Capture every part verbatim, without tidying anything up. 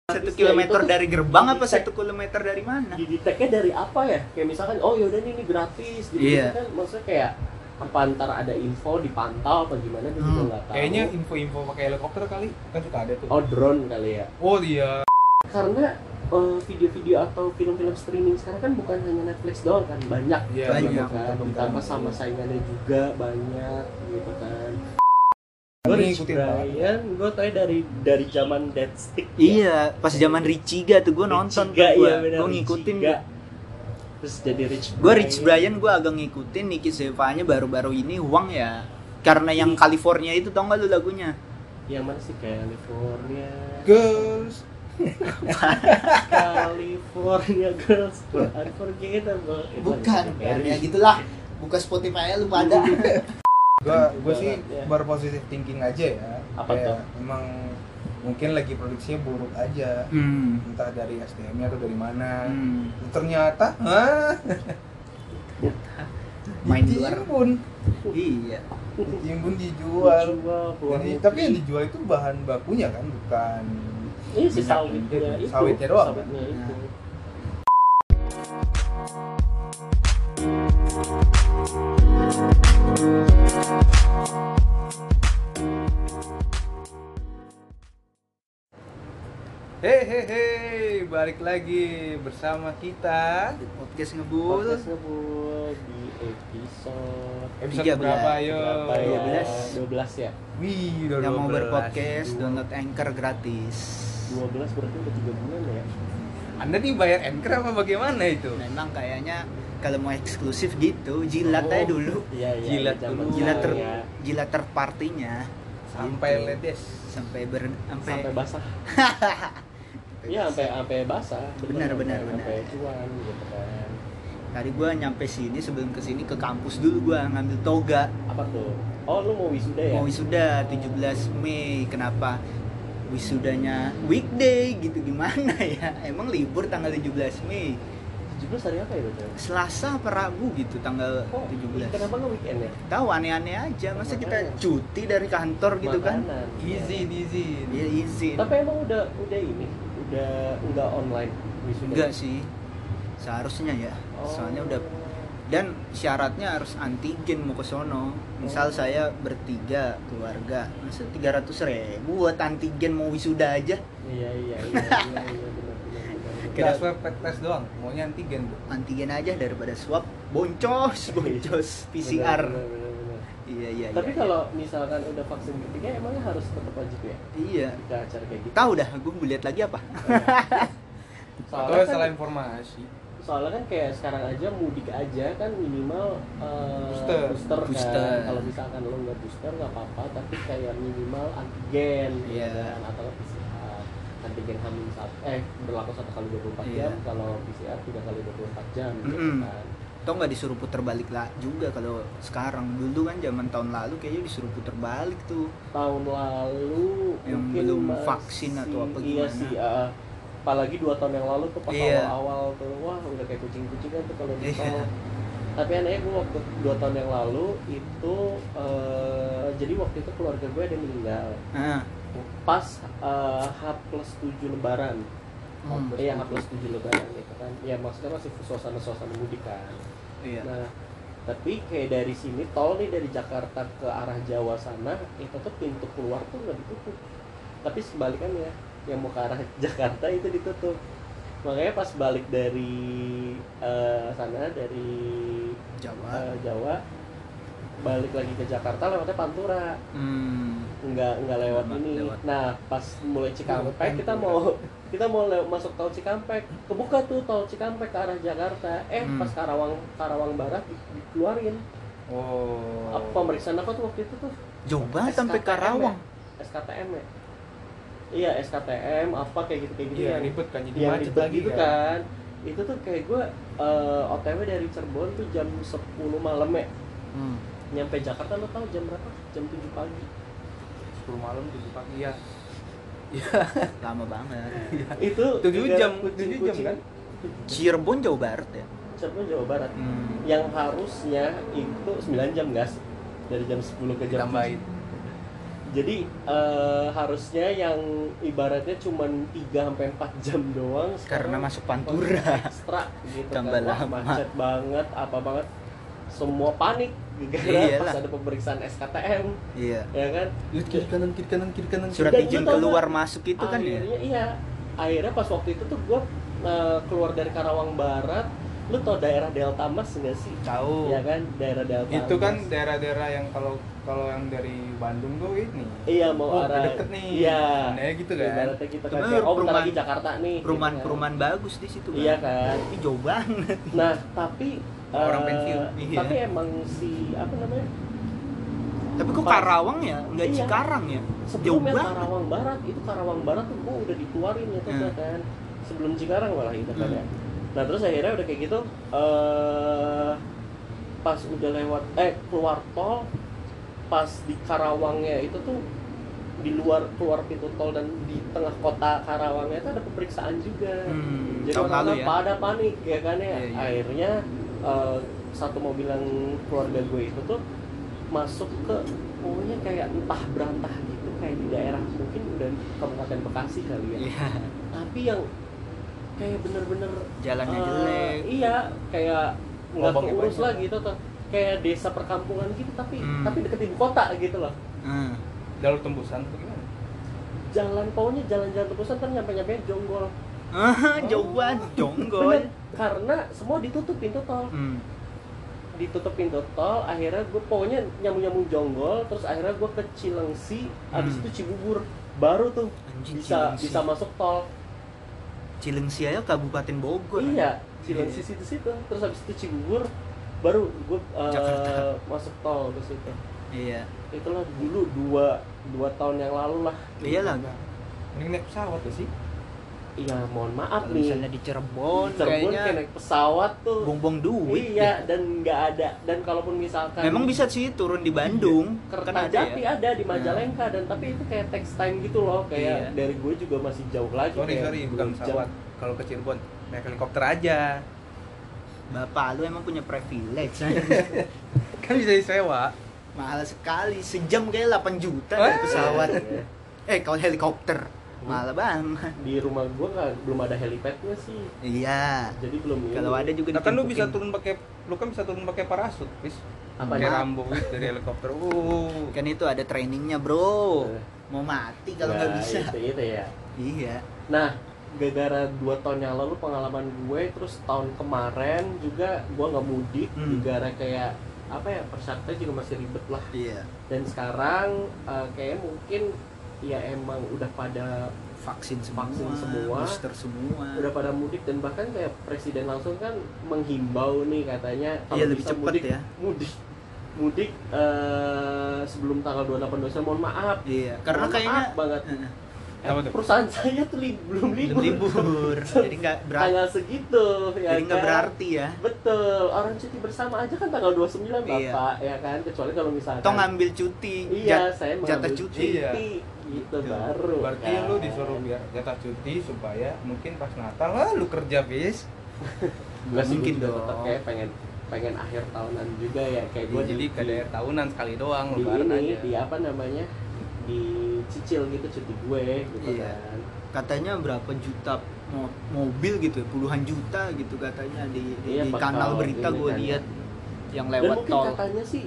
Satu kilometer dari gerbang apa satu kilometer dari mana? Dideteknya dari apa ya? Kayak misalkan, oh yaudah nih ini gratis gitu, Iya. kan maksudnya kayak apa antara ada info dipantau apa gimana gue Hmm. juga nggak tahu. Kayaknya info-info pakai helikopter kali kan suka ada tuh. Oh drone kali ya. Oh iya. Karena uh, video-video atau film-film streaming sekarang kan bukan hanya Netflix doang kan, banyak. Iya, banyak. Gitu kan. Ditambah sama saingannya juga banyak gitu kan. Gue Ini Rich ikutin banget. Brian, gue tau dari dari zaman Dead Stick. Iya, pas zaman Richiga tuh gue nonton tuh Richiga, gue, iya benar, gue ngikutin. Richiga. Terus jadi Rich Brian. Gue Rich Brian gue agak ngikutin. Nicky Sevanya baru-baru ini Uang ya. Karena yang California itu tau gak lu lagunya? Yang mana sih? California Girls. California Girls Unforgettable. Itu Bukan, Perry. ya gitulah. Buka Spotify lu pada. Gua gua sih Ya. berpositif thinking aja ya. Apa tuh? Emang mungkin lagi produksinya buruk aja. Hmm. Entah dari S D M-nya atau dari mana. Hmm. Ternyata, hah? Main luar. pun, Iya. pun dijual. Dijual, keluar Jadi, negeri. tapi yang dijual itu bahan bakunya kan, bukan Ini sih minyak sawitnya itu. itu. Sawitnya doang. Sawitnya itu. Nah. Hei hei hei, balik lagi bersama kita. Podcast ngebul. Podcast ngebul di episode Episode tiga belas. berapa ayo? berapa ya? dua belas. dua belas ya? Wih, udah Yang mau dua belas. berpodcast, Dua- download Anchor gratis. dua belas berarti udah tiga bulan ya? Anda nih bayar Anchor apa bagaimana itu? Memang kayaknya kalau mau eksklusif gitu, jilat aja dulu. Iya, iya. Jilat zaman dulu. Jilat ter sekarang ya. jilat third partinya Sampai Gitu. ledes. sampai ber sampai, Sampai basah. Iya, sampai sampai basah. Benar, benar, Sampai- Sampai benar. cuan gitu kan. Tadi gua nyampe sini, sebelum kesini ke kampus dulu gua ngambil toga. Apa tuh? Oh, lu mau wisuda ya? Mau wisuda tujuh belas Mei. Kenapa wisudanya weekday gitu, gimana ya? Emang libur tanggal tujuh belas Mei. tujuh belas hari apa ya betul? Selasa apa Rabu gitu tanggal Oh, tujuh belas. kenapa nggak weekend ya? Tahu aneh-aneh aja, masa kita Makanya. cuti dari kantor gitu kan? Makanan. Izin, izin. Ya izin. Tapi emang udah udah ini, udah enggak online wisuda. Enggak sih. Seharusnya ya. Oh. Soalnya udah, dan syaratnya harus antigen mau ke sono. Misal Oh. saya bertiga keluarga, masa tiga ratus ribu buat antigen mau wisuda aja. Iya iya iya iya iya benar benar. Kita swab test doang, maunya antigen, Bu. Antigen aja daripada swab boncos, boncos P C R. Benar, benar, benar. Iya iya. Tapi iya, kalau misalkan udah vaksin ketiga emangnya harus tetap wajib ya? iya. Jika acara kayak gitu. Tahu dah, gue lihat lagi apa? Atau Soalnya kan, salah informasi. soalnya kan kayak sekarang aja mudik aja kan minimal uh, Booster. booster, Booster. kan. Kalau misalkan lo nggak booster nggak apa-apa, tapi kayak minimal antigen, Iya. ya kan? Atau P C R. Antigen hamil satu, eh berlaku satu kali dua puluh empat Iya. jam, kalau P C R tiga kali dua puluh empat jam, gitu Mm-mm. kan? Atau nggak disuruh puter balik lah juga kalau sekarang. Dulu kan zaman tahun lalu kayaknya disuruh puter balik tuh. Tahun lalu Yang mungkin belum masih- vaksin atau apa iya gimana. sih, uh, apalagi dua tahun yang lalu tuh pas Iya. awal-awal tuh wah udah kayak kucing-kucingan tuh kalau di Iya. tol. Tapi anehnya gue waktu dua tahun yang lalu itu uh, jadi waktu itu keluarga gue ada yang meninggal Nah, pas uh, H plus tujuh lebaran. Hmm. Iya H plus tujuh lebaran gitu kan. Ya maksudnya masih suasana-suasana mudik kan. iya. Nah, tapi kayak dari sini tol nih dari Jakarta ke arah Jawa sana itu tuh pintu keluar tuh nggak ditutup, tapi sebalikannya yang mau ke arah Jakarta itu ditutup. Makanya pas balik dari uh, sana dari Jawa. uh, Jawa balik lagi ke Jakarta lewatnya Pantura, Hmm. nggak nggak lewat Lewat- ini. lewat. Nah pas mulai Cikampek Lewat kita Pantura. mau kita mau lew- masuk tol Cikampek, kebuka tuh tol Cikampek ke arah Jakarta. Eh Hmm. pas Karawang Karawang Barat di- dikeluarin. Oh. Apa pemeriksaan apa tuh waktu itu tuh? Jauh banget sampai S K T M Karawang. ya? S K T M ya? Iya S K T M apa kayak gitu kayak gitu Iya, yang ribet kan, jadi yang macet ribet lagi gitu kan. kan. Itu tuh kayak gue uh, O T W dari Cirebon tuh jam sepuluh malam ya. Hmm. Nyampe Jakarta lo tau jam berapa? Jam tujuh pagi. sepuluh malam tujuh pagi ya. Lama banget. Itu tujuh negara jam, kucing- tujuh jam kan? Cirebon Jawa Barat ya. Cirebon Jawa Barat. Hmm. Yang harusnya itu sembilan jam gas dari jam sepuluh ke jam Ditambahin. tujuh. Jadi eh, harusnya yang ibaratnya cuman tiga sampai empat jam doang Karena sekarang masuk Pantura. ekstra gitu Tambah kan. Wah, lama. macet banget, apa banget. Semua panik gara-gara Iyalah. pas ada pemeriksaan S K T M, Iya. ya kan? Kiri kanan kiri kanan kiri kanan. Surat Dan izin lu tau keluar nggak? masuk itu kan ya. Akhirnya iya. Akhirnya pas waktu itu tuh gue keluar dari Karawang Barat. Lu tau daerah Delta Mas nggak sih? Tahu. Iya kan, daerah Delta Itu kan Mas. daerah-daerah yang kalau kalau yang dari Bandung tuh ini. Iya, mau Oh, arah deket nih. Iya. Nah, gitu kan. Ibaratnya kita Tapi kan kayak, oh bentar perumahan- lagi Jakarta nih. Perumahan-perumahan bagus di situ kan. Iya kan. Tapi jauh banget. Nah, tapi Orang eh, pensiun. Iya. Tapi emang si apa namanya? Tapi kok Pas- Karawang ya, nggak Iya. Cikarang ya? Jauh Sebelumnya banget. Karawang Barat, itu Karawang Barat tuh gua udah dikeluarin ya tuh Hmm. kan. Sebelum Cikarang malah itu kan Hmm. ya. Nah, terus akhirnya udah kayak gitu eh pas udah lewat eh keluar tol, pas di Karawangnya itu tuh di luar keluar pintu tol dan di tengah kota Karawangnya itu ada pemeriksaan juga. Hmm, Jadi tahun lalu orang-orang ya? pada panik ya kan ya. Iya, iya. Akhirnya eh, satu mobil yang keluarga gue itu tuh masuk ke pokoknya kayak entah berantah gitu kayak di daerah mungkin udah Kabupaten Bekasi kali ya. Iya. Tapi yang kayak bener-bener Jalannya eh, jelek. Iya, kayak nggak Lubangnya keurus banyak. lah gitu tuh. Kayak desa perkampungan gitu tapi Hmm. tapi deket ibu kota gitu loh. Hmm. Jalur tembusan tuh gimana? Jalan pokoknya jalan-jalan terusan kan nyampe-nyampe jonggol. Ah, jauh banget, jonggol. Bener, karena semua ditutup pintu tol. Hmm. Ditutup pintu tol, akhirnya gue pokoknya nyambung-nyambung jonggol, terus akhirnya gue ke Cilengsi, habis Hmm. itu Cibubur, baru tuh Anjing, bisa Cilengsi. bisa masuk tol. Cilengsi aja Kabupaten Bogor. Iya, Cilengsi situ-situ, terus habis itu Cibubur, baru gue uh, Jakarta. masuk tol ke situ. Iya. Itulah dulu dua dua tahun yang lalu lah. Iyalah. Mending naik pesawat gak sih? Iya, mohon maaf Kalau nih. misalnya di Cirebon, Cirebon kayaknya kayak naik pesawat tuh. buang-buang duit. Iya, dan nggak ada, dan kalaupun misalkan Memang bisa sih turun di Bandung. Kan Kertajati ya. ada di Majalengka dan tapi itu kayak text time gitu loh, kayak Iya. dari gue juga masih jauh lagi. Sorry kayak sorry bukan dua jam. pesawat. Kalau ke Cirebon naik helikopter aja. Bapak lu emang punya privilege. Kan bisa disewa. Mahal sekali, sejam kayak delapan juta Wah. dari pesawat. Iya. Eh, kalau helikopter mahal banget. Di rumah gue kan belum ada helipadnya sih, Iya. jadi belum ini. Kalau ada juga Nah, kan lu bisa ditimpukin. turun pakai lu kan bisa turun pakai parasut, bis. Apa Kayak ya? Rambo gitu dari helikopter. Uh. Kan itu ada trainingnya, bro. Eh. Mau mati kalau nggak Nah, bisa. itu, itu ya. Iya. Nah, gara-gara dua tahun yang lalu pengalaman gue, terus tahun kemarin juga gue nggak mudik, Hmm. gara kayak apa ya, persyaratan juga masih ribet lah. Iya. Dan sekarang eh, kayak mungkin ya emang udah pada Vaksin semua, Vaksin semua. booster semua. udah pada mudik, dan bahkan kayak presiden langsung kan menghimbau nih katanya Iya, lebih bisa cepat mudik, ya. mudik mudik eh, sebelum tanggal dua puluh delapan Desember, mohon maaf. Iya, karena Mohon kayaknya maaf banget. Heeh. Eh, Apa tuh? perusahaan saya tuh li- belum libur. belum libur. Jadi nggak berarti. Tanggal segitu ya Jadi nggak kan? berarti ya. Betul, orang cuti bersama aja kan tanggal dua puluh sembilan Iya. Bapak, ya kan? Kecuali kalau misalkan Atau ngambil cuti. Iya, jat- saya jatah mengambil cuti. Iya. Gitu Tuh. baru. Berarti kan? lu disuruh biar jatah cuti supaya mungkin pas Natal lah lu kerja, bis. Nggak sih, Mungkin gue juga dong. tetap kayak pengen pengen akhir tahunan juga ya, kayak gue Jadi di, ke daerah tahunan sekali doang di lebaran ini aja. di apa namanya, dicicil gitu cuti gue gitu Iya. kan. Katanya berapa juta mo- mobil gitu ya, puluhan juta gitu katanya di, di, Iya, di bakal kanal berita ini gue kan. lihat yang Dan lewat mungkin tol. katanya sih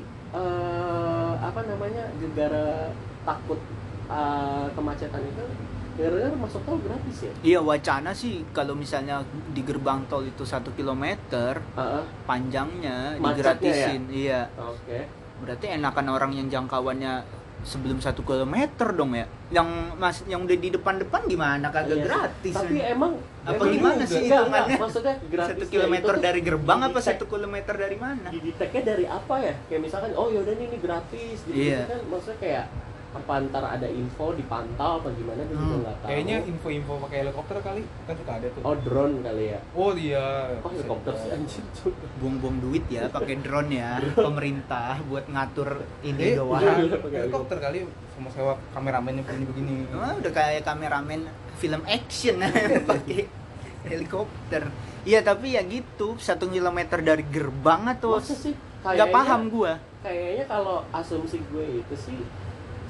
eh, apa namanya, gara takut eh, kemacetan itu, gara-gara masuk tol gratis ya. Iya, wacana sih kalau misalnya di gerbang tol itu satu kilometer Heeh. panjangnya Macetnya digratisin. Iya. Oke. Berarti enakan orang yang jangkauannya sebelum satu kilometer dong ya. Yang mas yang udah di depan-depan gimana kagak Iya. gratis? Tapi men. emang Apa emang gimana juga. sih Enggak, enggak, hitungannya? maksudnya gratis Satu kilometer dari gerbang apa satu satu kilometer dari mana? dideteknya dari apa ya? Kayak misalkan oh yaudah nih ini gratis gitu, Iya. kan maksudnya kayak apa antara ada info dipantau apa gimana gue juga Hmm. nggak tahu. Kayaknya info-info pakai helikopter kali, kan suka ada tuh. Oh drone kali ya. Oh iya. Oh helikopter sih anjir cuy. Buang-buang duit ya pakai drone ya pemerintah buat ngatur ini Eh, doang. iya. helikopter kali sama sewa kameramennya begini-begini. Oh, udah kayak kameramen film action pakai helikopter. Iya, tapi ya gitu, satu kilometer dari gerbang atau Masa sih? nggak Kayaknya- paham gua. Kayaknya kalau asumsi gue itu sih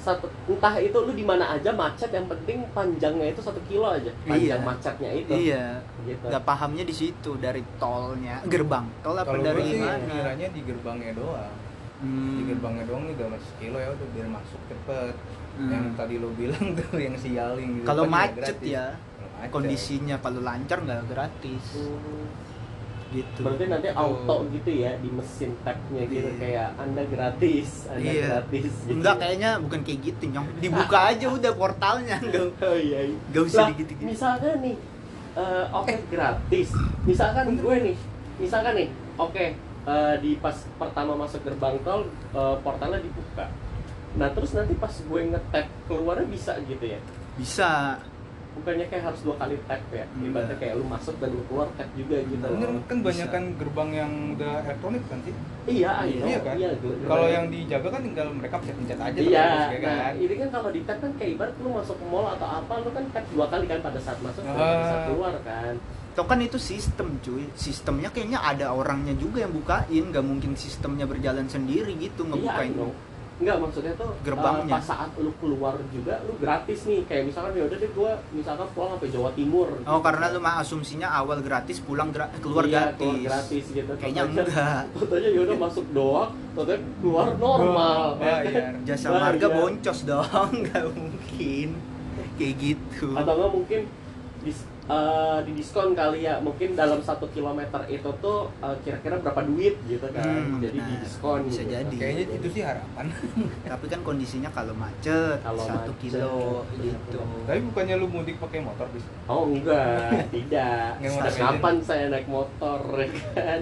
satu entah itu lu di mana aja macet, yang penting panjangnya itu satu kilo aja panjang Iya. macetnya itu. Iya. Gitu. Nggak pahamnya di situ dari tolnya, gerbang tol apa Kalau dari gue sih mana? kiranya di gerbangnya doang. Hmm. Di gerbangnya doang nih udah masih sekilo ya udah biar masuk cepet. Hmm. Yang tadi lo bilang tuh yang sialing gitu. Kalau kan juga macet gratis. ya, Kalau macet. kondisinya kalau lancar nggak gratis. Hmm. Gitu. Berarti nanti Betul. auto gitu ya di mesin tabnya gitu, Iya. kayak Anda gratis, Anda Iya. gratis gitu. Enggak, kayaknya bukan kayak gitu, Nyong. Dibuka aja udah portalnya, enggak. Oh iya, iya. Gak usah Lah, digitu-gitu. misalkan nih, eh, oke gratis. Misalkan gue nih, misalkan nih, oke eh, di pas pertama masuk gerbang tol eh, portalnya dibuka. Nah terus nanti pas gue nge-tap keluarnya bisa gitu ya? Bisa. Bukannya kayak harus dua kali tap ya? Enggak. Ibaratnya kayak lu masuk dan lu keluar tap juga gitu. Bener kan Bisa. banyak kan gerbang yang udah elektronik kan sih. Iya, I know. Iya kan? Iya, gue- Kalau gue- yang dijaga kan tinggal mereka pencet-pencet aja Iya, terus, ya nah kan. ini kan kalau di tap kan kayak ibarat lu masuk ke mall atau apa, lu kan tap dua kali kan pada saat masuk dan pada saat Ah. keluar kan. Itu kan itu sistem, cuy. Sistemnya kayaknya ada orangnya juga yang bukain, nggak mungkin sistemnya berjalan sendiri gitu Iya, I ngebukain. know. Enggak, maksudnya tuh Gerbangnya. eh, pas saat lu keluar juga lu gratis nih. Kayak misalkan ya udah deh gua misalkan pulang sampai Jawa Timur. Oh, karena lu mah asumsinya awal gratis, pulang gra- keluar Iya, gratis. keluar gratis gitu. Kayaknya Totanya- enggak. Totanya ya udah masuk doang, totanya keluar normal. Bayar. Jasa Bayar. marga boncos dong, nggak mungkin. Kayak gitu. Atau enggak mungkin dis, eh, di diskon kali ya, mungkin dalam satu kilometer itu tuh eh, kira-kira berapa duit gitu kan. Hmm, Jadi di benar. diskon Bisa gitu. jadi. Kayaknya itu sih harapan. Tapi kan kondisinya kalau macet, Kalau satu macet, kilo benar, gitu. benar. Tapi bukannya lu mudik pakai motor bis? Oh enggak, tidak. Nggak mau naik Kapan saya naik motor ya kan?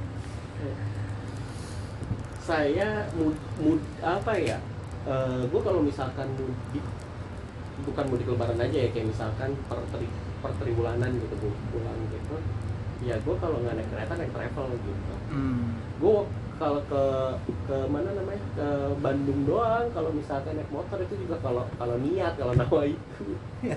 Saya mud, mud apa ya? Eh gue kalau misalkan mudik, bukan mudik lebaran aja ya, kayak misalkan per tri, per triwulanan gitu gue pulang gitu. Ya gue kalau nggak naik kereta naik travel gitu. Hmm. Gue kalau ke ke mana namanya, ke Bandung doang. Kalau misalkan naik motor itu juga kalau kalau niat, kalau nawa itu.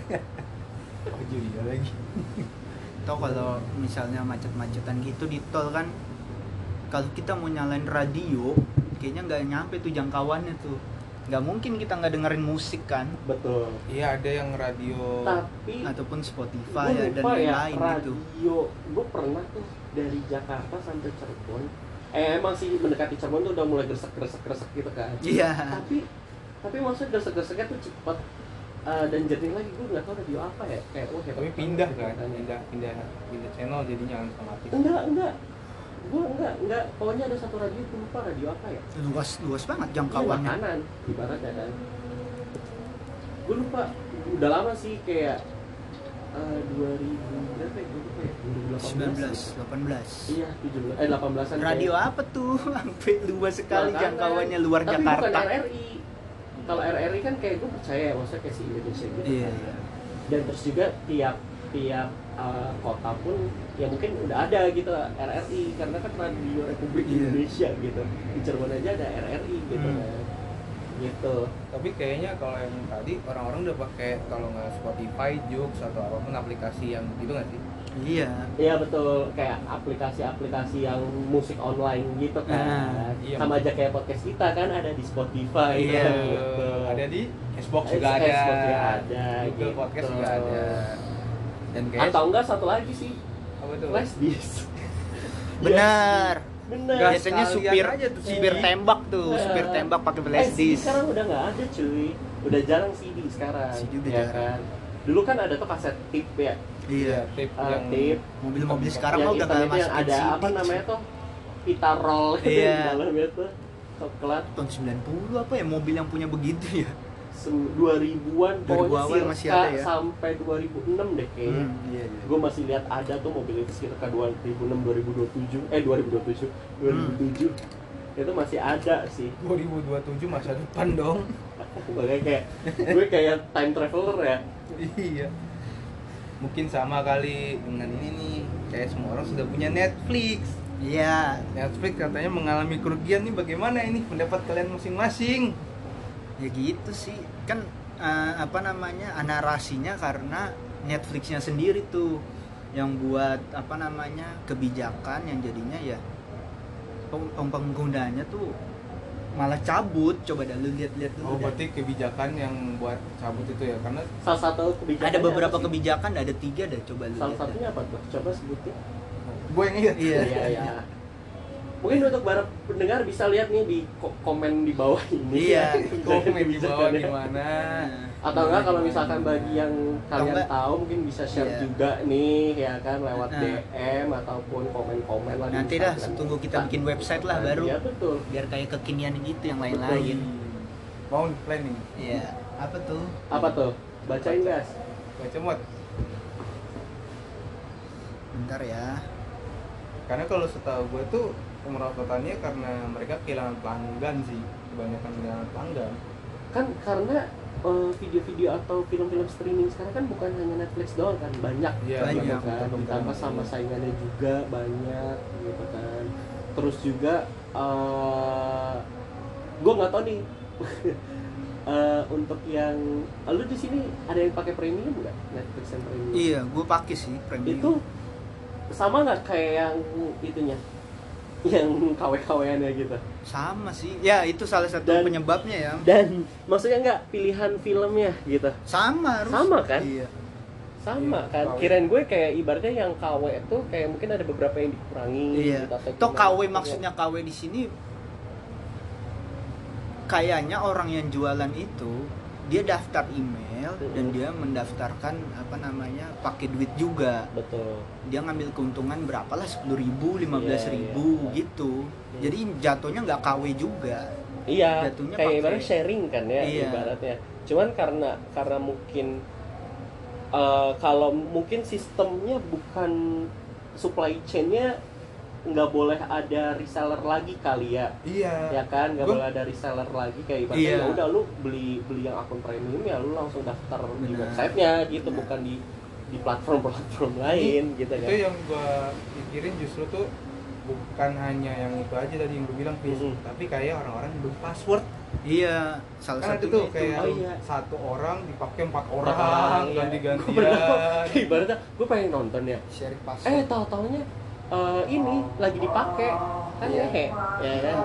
Oh iya lagi. Toh kalau misalnya macet-macetan gitu di tol kan, kalau kita mau nyalain radio, kayaknya nggak nyampe tuh jangkauannya tuh. Nggak mungkin kita nggak dengerin musik kan, Betul. Iya ada yang radio. Tapi ataupun Spotify gue ya, dan lupa ya, lain-lain gitu. radio gue pernah tuh dari Jakarta sampai Cirebon, eh emang sih mendekati Cirebon tuh udah mulai gresek gresek gresek gitu kan. Iya. Tapi tapi maksudnya gresek greseknya tuh cepet eh, dan jernih lagi. Gue nggak tahu radio apa ya, kayak wah hebat Tapi banget pindah gitu kan, ya. pindah pindah pindah channel jadinya otomatis. Enggak enggak, gue enggak enggak. Pokoknya ada satu radio, gue lupa radio apa ya. Luas luas banget Ini jangkauannya. makanan ibaratnya kan. Gue lupa, udah lama sih kayak eh, dua ribu berapa ya, gue lupa ya, dua ribu delapan belas sembilan belas, delapan belas. Iya, tujuh belas, eh delapan belasan. Radio apa tuh? Sampai luas sekali Makanan. jangkauannya luar Tapi Jakarta. bukan R R I. Kalau R R I kan kayak gue percaya, maksudnya kayak si Indonesia gitu. Iya, kan. iya. Dan terus juga tiap tiap uh, kota pun ya mungkin udah ada gitu R R I, karena kan Radio Republik Iya. Indonesia gitu. Di Cirebon aja ada R R I gitu Hmm. kan. Gitu. Tapi kayaknya kalau yang tadi orang-orang udah pakai kalau nggak Spotify, Joox atau apapun aplikasi yang gitu nggak sih? Iya. Iya betul, kayak aplikasi-aplikasi yang musik online gitu kan. Ah, iya. Sama aja kayak podcast kita kan ada di Spotify. Iya. kan, gitu. Ada di Xbox Eh, juga ada. Xbox juga ada, Google gitu. Podcast juga ada. Dan kayak Atau enggak satu lagi sih, apa tuh? flash disk. Benar. Benar. Gas Biasanya sekalian supir aja tuh, supir C D. tembak tuh, Nah. supir tembak pakai Eh, flash C D disk. sekarang udah nggak ada cuy, udah jarang C D sekarang. C D udah ya jarang. kan. Dulu kan ada tuh kaset tip ya, Iya. Tape uh, yang tip. Mobil-mobil sekarang yang mah udah hitam nggak itu yang masukin ada C D. apa namanya tuh, pita roll gitu Iya. di dalamnya tuh, coklat. Tahun sembilan puluh apa ya mobil yang punya begitu ya? dua ribuan dua ribu pokoknya awal circa masih ada ya? sampai dua ribu enam deh kayaknya. iya, iya. Gue masih lihat ada tuh mobil itu sekitar dua ribu enam dua ribu dua puluh tujuh eh dua ribu dua puluh tujuh dua ribu tujuh itu masih ada sih. dua ribu dua puluh tujuh masa depan dong. Makanya kayak gue kayak time traveler ya. Iya. Mungkin sama kali dengan ini nih, kayak semua orang sudah punya Netflix. Iya. Netflix katanya mengalami kerugian nih, bagaimana ini pendapat kalian masing-masing? Ya gitu sih. Kan eh, apa namanya? narasinya karena Netflixnya sendiri tuh yang buat apa namanya? kebijakan yang jadinya ya peng- peng- penggunanya tuh malah cabut. Coba dah lu lihat-lihat dulu. Oh, dah. berarti kebijakan yang buat cabut itu ya, karena Salah satu kebijakan Ada beberapa kebijakan, ada tiga dah, coba lu Salah lihat. satunya apa tuh? Coba sebutin. gue yang ingat. Iya. Iya, iya. Mungkin untuk para pendengar bisa lihat nih di ko- komen di bawah ini. Iya. Komen di bawah Kebijakannya. gimana. Atau enggak kalau misalkan bagi yang kalian enggak, tahu mungkin bisa share iya. juga nih ya kan lewat Nah. D M ataupun komen-komen lah di Nanti dah Instagram. tunggu kita bikin website lah baru. Iya betul. Biar kayak kekinian gitu yang lain-lain. Mau planning. Iya. Apa tuh? Apa tuh? Bacain guys. Baca muat. Bentar ya. Karena kalau setahu gue tuh pemerosotannya karena mereka kehilangan pelanggan sih, kebanyakan kehilangan pelanggan. Kan karena eh, video-video atau film-film streaming sekarang kan bukan hanya Netflix doang kan, banyak Iya, banyak. kan, ditambah sama saingannya juga banyak gitu kan. Terus juga uh, gue nggak tahu nih eh, untuk yang lu di sini ada yang pakai premium nggak, Netflix yang premium? Iya, gue pakai sih premium. Itu sama nggak kayak yang itunya, yang K W K W-annya gitu? Sama sih. Ya, itu salah satu Dan- penyebabnya ya. Dan maksudnya nggak pilihan filmnya gitu? Sama harus. Sama kan? Iya. Sama Iya, kan, K W. kirain gue kayak ibaratnya yang K W itu kayak mungkin ada beberapa yang dikurangi Iya. gitu, atau Toh K W gimana. maksudnya K W di sini kayaknya orang yang jualan itu dia daftar email Mm-mm. dan dia mendaftarkan apa namanya pakai duit juga. Betul. Dia ngambil keuntungan berapa lah, sepuluh ribu, lima belas ribu Iya, iya. gitu. Jadi jatuhnya nggak K W juga. Iya, Jatuhnya kayak pakai- ibaratnya sharing kan ya, Iya. ibaratnya. Cuman karena karena mungkin eh, kalau mungkin sistemnya bukan supply chain-nya nggak boleh ada reseller lagi kali ya. Iya. Ya kan, nggak Gua- boleh ada reseller lagi kayak ibaratnya Iya. ya udah lu beli beli yang akun premium ya lu langsung daftar di Benar. websitenya gitu, Benar. bukan di di platform-platform lain gitu Itu kan. yang gua pikirin justru tuh bukan hanya yang itu aja tadi yang lu bilang, Fis, Mm-mm. tapi kayak orang-orang yang password. Iya, salah Kan ada satunya tuh itu. kayak Oh, iya. satu orang dipakai empat Orang, orang, iya. ganti-gantian. Gua pernah- ibaratnya gue pengen nonton ya, Sharing eh password. tahu-taunya eh, ini lagi dipakai kan Iya. ngehe ya kan.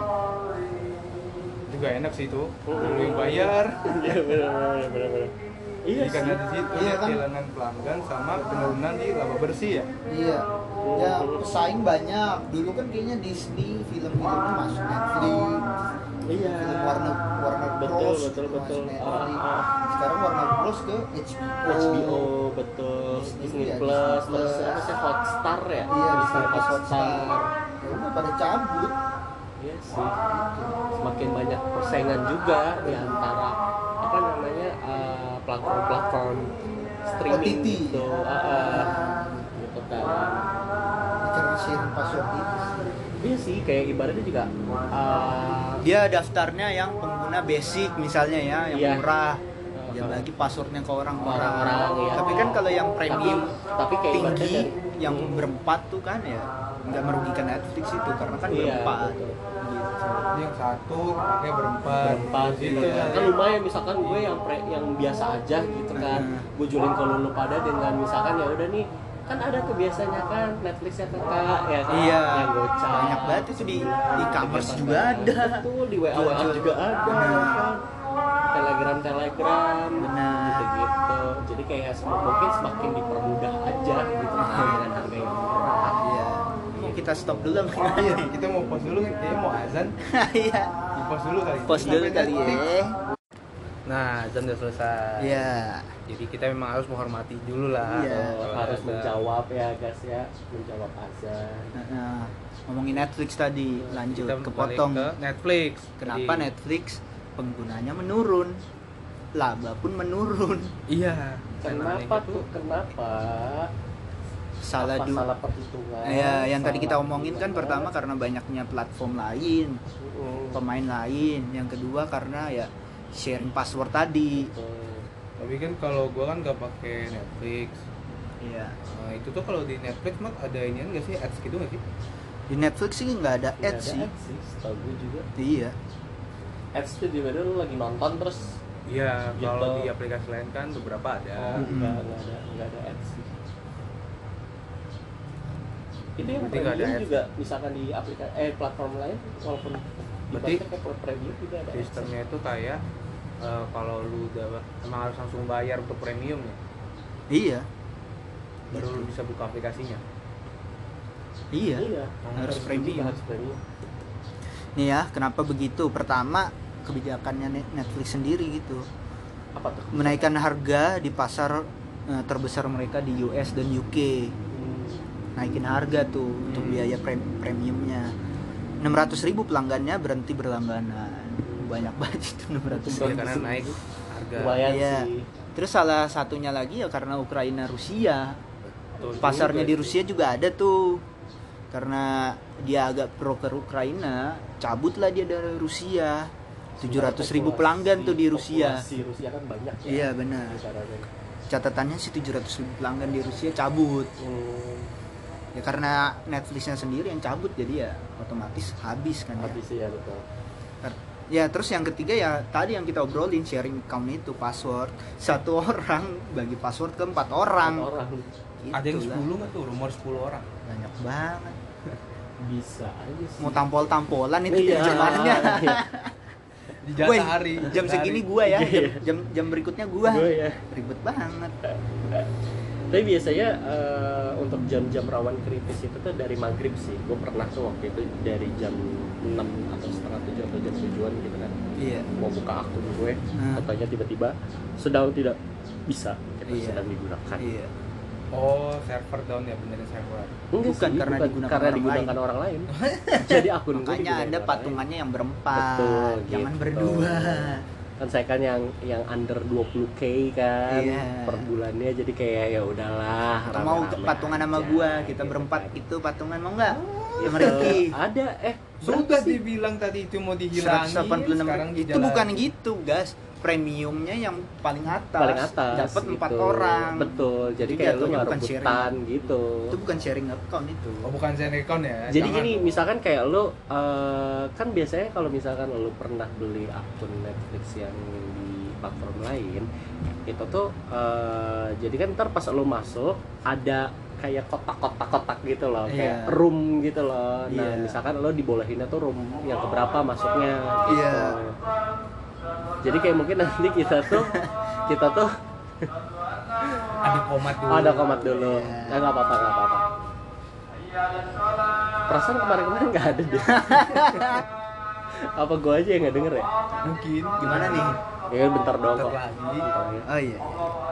Itu gak enak sih itu. Mm-mm. Lu yang bayar. Iya benar benar benar. Iya Jadi sih. karena di situ Iya dia kan? kehilangan pelanggan sama penurunan di laba bersih ya. Iya. Ya, pesaing banyak. Dulu kan kayaknya Disney film-filmnya masuk Netflix. Iya. Film Warner Warner Betul, Bros. betul, masuk betul. Netflix. Ah, ah. Sekarang Warner Bros ke H B O. H B O betul, Disney, Disney ya, Plus, Disney terus Plus. apa sih Hotstar ya? Iya, bisa Disney pas Hotstar. Ya udah pada cabut. Iya sih. Semakin banyak persaingan juga di antara apa namanya eh, platform-platform streaming O T T. gitu, ah, ah. gitu kan. Karena sharing password itu sih. Iya sih, kayak ibaratnya juga ah, Dia daftarnya yang pengguna basic misalnya ya, yang Iya. murah. Uh-huh. Dia bagi passwordnya ke orang-orang. Orang-orang, iya. Tapi kan kalau yang premium Tapi- tapi kayak tinggi, ibaratnya kan- yang Hmm. berempat tuh kan ya nggak merugikan Netflix itu karena kan Iya, berempat. betul. Gitu. Jadi yang satu pakai berempat. berempat gitu Itu kan. Kan lumayan misalkan gue yang pre, yang biasa aja gitu kan. Hmm. Gue jualin ke lu pada dengan misalkan ya udah nih kan ada tuh biasanya kan Netflixnya kakak ya kan, Iya. yang gocap Banyak banget itu di e-commerce Kegiatan juga kan. ada. Betul, di W A W A Jual-jual. juga ada Benar. kan. Telegram Telegram Benar. gitu gitu. Jadi kayak sem- mungkin semakin dipermudah aja gitu dengan harga yang murah. Iya. Mau kita stop dulu nggak? Iya, kita mau pause dulu nih, kayaknya mau azan. Iya. Di pause dulu kali. Pause dulu Sampai kali detik. ya. Nah, azan udah selesai. Iya. Jadi kita memang harus menghormati dulu lah. Iya. Oh, Kalau harus ada- menjawab ya guys ya, menjawab azan. Nah, ngomongin Netflix tadi, lanjut Kita kepotong. balik ke Netflix. Kenapa Jadi- Netflix penggunanya menurun? Laba pun menurun. Iya. Kenapa tuh? Kenapa? Salah Apa dulu. salah perhitungan? Ya, yang tadi kita Salah omongin kan gimana? pertama karena banyaknya platform lain, Mm-mm. pemain lain. Yang kedua karena ya sharing password tadi. Betul. Tapi kan kalau gua kan nggak pakai Netflix. Iya. Nah, itu tuh kalau di Netflix mah ada inian nggak sih, ads gitu nggak sih? Di Netflix sih nggak ada Nggak ads ada sih. ads sih, setahu gue juga. Iya. Ads tuh di mana lu lagi nonton terus Iya, Gitu. kalau di aplikasi lain kan beberapa ada. oh, Mm-mm. enggak, enggak ada, enggak ada ads sih. Itu yang Berarti nggak ada premium ads. juga misalkan di aplikasi eh platform lain walaupun Berarti Ibaratnya kayak premium juga ada. sistemnya itu kayak eh, kalau lu udah emang harus langsung bayar untuk premium ya, Iya. baru lu bisa buka aplikasinya. Iya. Iya, Harus juga premium. harus premium. Nih ya, kenapa begitu? Pertama, kebijakannya Net- Netflix sendiri gitu. Apa tuh? Menaikkan harga di pasar eh, terbesar mereka di U S dan U K. Hmm. Naikin harga tuh untuk biaya pre- premiumnya. enam ratus ribu pelanggannya berhenti berlangganan. Banyak banget itu enam ratus Ya, ribu. karena naik harga. Lumayan Iya. sih. Terus salah satunya lagi ya karena Ukraina Rusia. Betul Pasarnya juga di sih. Rusia juga ada tuh. Karena dia agak pro ke Ukraina, cabutlah dia dari Rusia. tujuh ratus ribu pelanggan tuh di Rusia. Populasi Rusia kan banyak ya. Iya benar. Negaranya. Catatannya sih tujuh ratus ribu pelanggan di Rusia cabut. Hmm, Ya karena Netflixnya sendiri yang cabut jadi ya otomatis habis kan ya. habis ya betul. Ya terus yang ketiga ya tadi yang kita obrolin sharing account itu password satu orang bagi password ke empat orang. Empat orang Gitu Ada yang lah. sepuluh nggak tuh, rumor sepuluh orang. Banyak banget. bisa aja sih. Mau tampol-tampolan itu Iya. jamannya. Di Woi, jatah hari. jam jatah segini hari. gua ya, Iya. jam, jam jam berikutnya gua. Gue ya. Ribet banget. Tapi biasanya eh, untuk jam-jam rawan kritis itu tuh dari maghrib sih. Gue pernah tuh waktu itu dari jam enam atau setengah tujuh atau jam tujuan gitu kan. Iya. Mau buka akun gue, Hmm. katanya tiba-tiba sedang tidak bisa, kita Iya. sedang digunakan. Iya. Oh, server down ya, benerin server. Enggak Bukan sih, karena bukan digunakan karena orang digunakan orang lain. Jadi akun gue Makanya digunakan Anda orang patungannya yang berempat, Betul, jangan gitu. berdua. lain. Kan saya kan yang yang under dua puluh K kan Iya. per bulannya, jadi kayak ya udahlah. Atau mau rame-rame patungan sama aja, gua, kita gitu berempat kan. itu patungan mau nggak? Sama Gitu. Ricky. Ada eh Sudah berapa sih? dibilang tadi itu mau dihilangin, seratus delapan puluh enam sekarang itu dijalanin. bukan gitu, guys. Premiumnya yang paling atas. paling atas Dapat empat gitu. orang. Betul. Jadi Jadi kayak lu jatuhnya nggak bukan rebutan gitu. Itu bukan sharing account itu. Oh, bukan share account ya. Jadi Jangan gini, tuh. misalkan kayak lu eh, kan biasanya kalau misalkan lu pernah beli akun Netflix yang di platform lain, itu tuh eh, jadi kan ntar pas lu masuk ada kayak kotak-kotak-kotak gitu loh, kayak Iya. room gitu loh. Nah, Iya. misalkan lo dibolehinnya tuh room yang keberapa masuknya gitu. Iya. Jadi kayak mungkin nanti kita tuh kita tuh ada komat dulu. ada komat dulu. Iya. Ya nggak apa-apa, nggak apa-apa. Perasaan kemarin-kemarin nggak ada deh. Apa gua aja yang nggak denger ya? Mungkin. Gimana nih? Ya bentar doang Bentar kok. lagi. Bentar ya. Oh iya.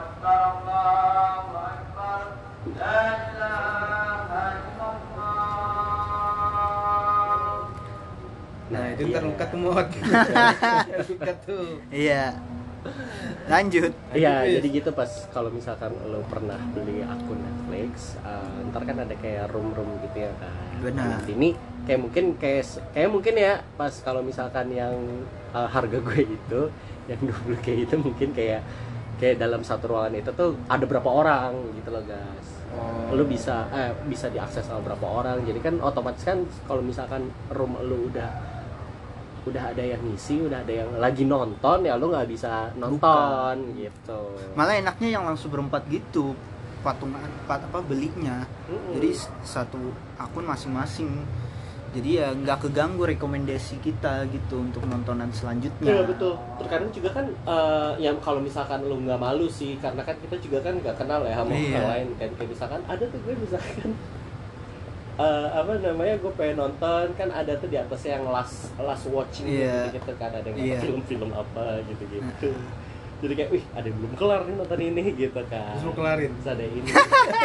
Nah, itu iya. ntar luka tuh mod. Luka tuh. Iya. Lanjut. Iya, Lanjut, jadi gitu pas kalau misalkan lo pernah beli akun Netflix, eh, ntar kan ada kayak room-room gitu ya kan. Benar. Nah, ini kayak mungkin kayak kayak mungkin ya pas kalau misalkan yang eh, harga gue itu yang dua puluh K itu mungkin kayak kayak dalam satu ruangan itu tuh ada berapa orang gitu loh guys. Oh. Lu bisa eh bisa diakses sama berapa orang. Jadi kan otomatis kan kalau misalkan room lu udah udah ada yang ngisi, udah ada yang lagi nonton ya lu nggak bisa nonton gitu. Malah enaknya yang langsung berempat gitu. Patungan pat, apa belinya. Mm-mm. Jadi s- satu akun masing-masing. Jadi ya nggak keganggu rekomendasi kita gitu untuk nontonan selanjutnya. Iya betul. Terkadang juga kan eh, yang kalau misalkan lu nggak malu sih, karena kan kita juga kan nggak kenal ya sama Iya. orang lain kan. Kayak misalkan ada tuh gue misalkan eh, apa namanya gue pengen nonton kan ada tuh di atasnya yang last last watching Iya. gitu, gitu kan ada yang Iya. film-film apa gitu gitu. Jadi kayak wih ada yang belum kelar nih nonton ini gitu kan. Terus lu kelarin. Terus ada ini.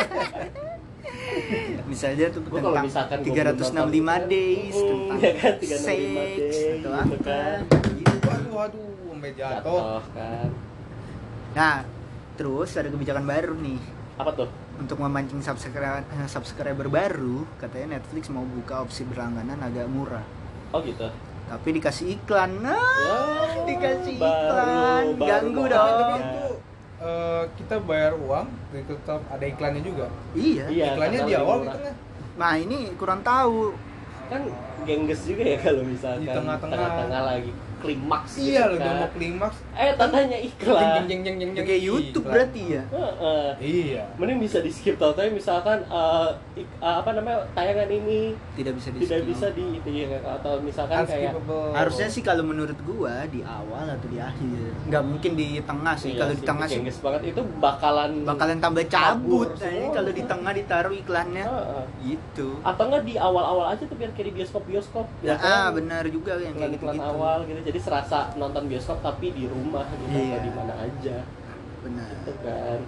Misalnya tuh Gua kalau tentang misalkan gua tiga ratus enam puluh lima belum nonton, days hmm, tentang ya kan, tiga ratus enam puluh lima seks days, atau gitu apa kan. gitu. Waduh, waduh, sampai jatuh. Jatuh kan. Nah, terus ada kebijakan baru nih Apa tuh? untuk memancing subscriber eh, subscriber baru. Katanya Netflix mau buka opsi berlangganan agak murah, Oh gitu. tapi dikasih iklan. Nah, Ya, dikasih baru- iklan, baru ganggu mau dong. Tapi ada. itu eh, kita bayar uang, tetap ada iklannya juga. Iya. Iya, Iklannya karena di lebih awal, murah. di tengah. Nah ini kurang tahu. Kan gengges juga ya kalau misalkan Di tengah-tengah. tengah-tengah lagi klimaks Iya, gitu loh, udah kan. mau klimaks. eh tandanya iklan. Jeng jeng jeng jeng. Kayak YouTube Iklan. berarti ya. Heeh. Iya. Mending bisa di skip tau tapi misalkan uh, ik, uh, apa namanya tayangan ini Tidak bisa di tidak skip. bisa di itu ya atau misalkan kayak Unskippable. Harusnya sih kalau menurut gua di awal atau di akhir. Nggak mungkin di tengah sih. iya Kalau di tengah sih gengges banget itu bakalan bakalan tambah Kabur cabut. Nah, semua. kalau di tengah ditaruh iklannya. Heeh. Gitu. Atau enggak di awal-awal aja tuh biar kayak di bioskop-bioskop Ya, kan? ah benar juga yang kayak Iklan-iklan gitu-gitu. awal gitu jadi serasa nonton bioskop tapi di rumah gitu Iya. atau di mana aja Benar. gitu kan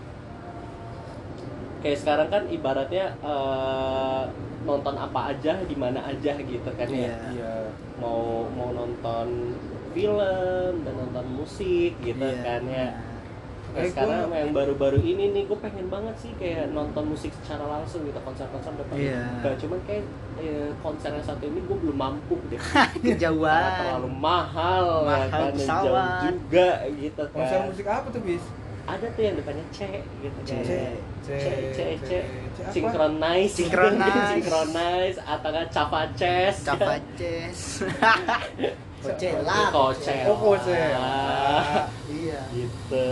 kayak sekarang kan ibaratnya eh, nonton apa aja di mana aja gitu kan ya Iya. Iya. mau mau nonton film dan nonton musik gitu Iya, kan ya benar. Nah, Eh, sekarang gua- yang baru-baru ini nih gue pengen banget sih kayak nonton musik secara langsung gitu konser-konser depan Iya. Gak cuman kayak eh, konser yang satu ini gue belum mampu deh Kejauhan. karena terlalu mahal, ya Mahal kan dan pesawat. jauh juga gitu kan Konser musik apa tuh, Bis? ada tuh yang depannya C gitu C. kan C C C C C apa? synchronize Synchronize. synchronize atau kan Cava Chess Capaces. Coachella. Coachella. Oh, Coachella. Iya. gitu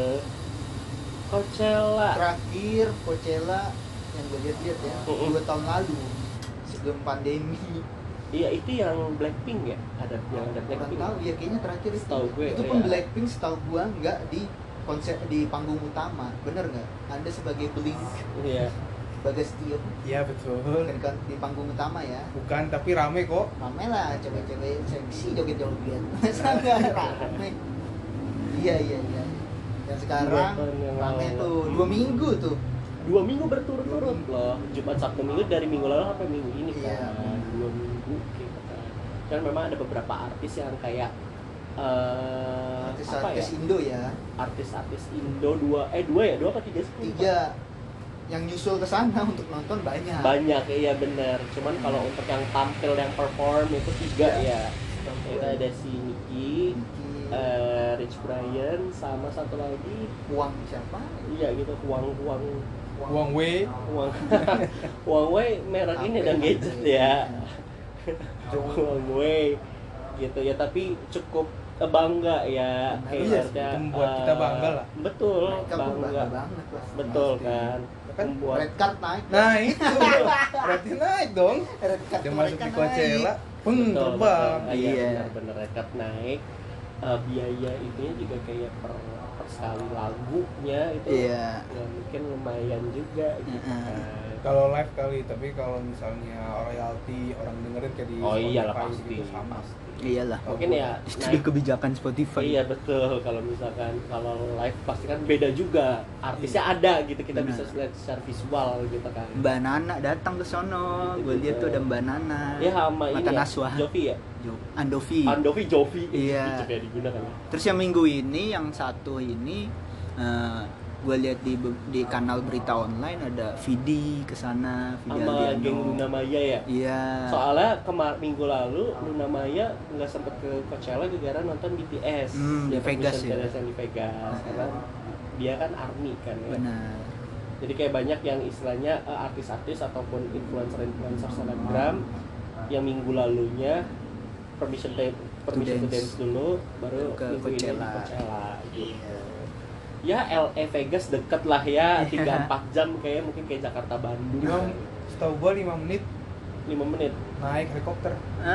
Coachella Terakhir Coachella yang gue lihat-lihat ya, Mm-mm. dua tahun lalu sebelum pandemi. iya itu yang Blackpink ya ada yang ada Kurang Blackpink tahu ya, kayaknya terakhir itu. Setahu gue, itu pun iya. Blackpink setahu gua nggak di konser di panggung utama, bener nggak? Anda sebagai Blink, iya Bagas Tio, Iya betul. kan kan di panggung utama ya. Bukan, tapi rame kok. Rame lah cewek-cewek seksi joget-joget. Masa nggak rame? Iya iya iya. Yang sekarang Dua tahun yang rame lalu. tuh dua minggu tuh. dua minggu berturut-turut loh Jumat Sabtu Minggu dari minggu lalu sampai minggu ini Iya. kan dua minggu gitu kan dan memang ada beberapa artis yang kayak eh apa ya Artis-artis Indo ya. artis-artis Indo dua eh dua ya dua apa tiga sih Tiga yang nyusul ke sana untuk nonton banyak. banyak iya bener cuman kalau untuk yang tampil yang perform itu tiga Iya. ya itu ada si Nicki eh, Rich Brian sama satu lagi Uang siapa? iya gitu Huang Huang Wang Wei. Huang Huawei merek ini dan gadget ya Huawei gitu ya tapi cukup bangga ya Benar. kayak Iya, ibaratnya, itu membuat kita eh, bangga lah. betul Mereka pun bangga bangga banget lah. betul Pasti. kan Kan membuat Red card naik. Nah itu berarti naik dong. Red card Dia masuk mereka di Coachella, peng betul, terbang. betul. iya Iya. benar-benar rekat naik. Eh, biaya itunya juga kayak per, per sekali lagunya itu Iya. ya mungkin lumayan juga gitu Heeh. kan Kalau live kali, tapi kalau misalnya royalti orang dengerin kayak di oh iyalah Spotify pasti gitu sama. Iyalah. mungkin ya Itu naik kebijakan Spotify. iya betul kalau misalkan kalau live pasti kan beda juga artisnya ada gitu kita Benar. bisa lihat secara visual gitu kan Mbak Nana datang ke sono. Gue lihat tuh ada Mbak Nana. ya sama ini Mata ya, Naswa. Jovi ya Jo- Andovi. Andovi Jovi Iya. itu kayak digunakan ya Terus yang minggu ini yang satu ini gue lihat di di kanal berita online ada Vidi kesana, Vidi sama Aldiano. geng Luna Maya ya Iya. soalnya kemar minggu lalu Luna Maya nggak sempet ke Coachella gara-gara nonton B T S Hmm, di Vegas Mission ya. Vegas yang di Vegas karena dia kan ARMY kan ya. Benar. Jadi kayak banyak yang istilahnya eh, artis-artis ataupun influencer-influencer selebgram yang minggu lalunya permission to, permission to dance. dance dulu baru Ke minggu ini di Coachella. Coachella gitu. Iya. Ya L A Vegas deket lah ya tiga empat jam kayak mungkin kayak Jakarta Bandung Lima, setahu gua lima menit lima menit. naik helikopter.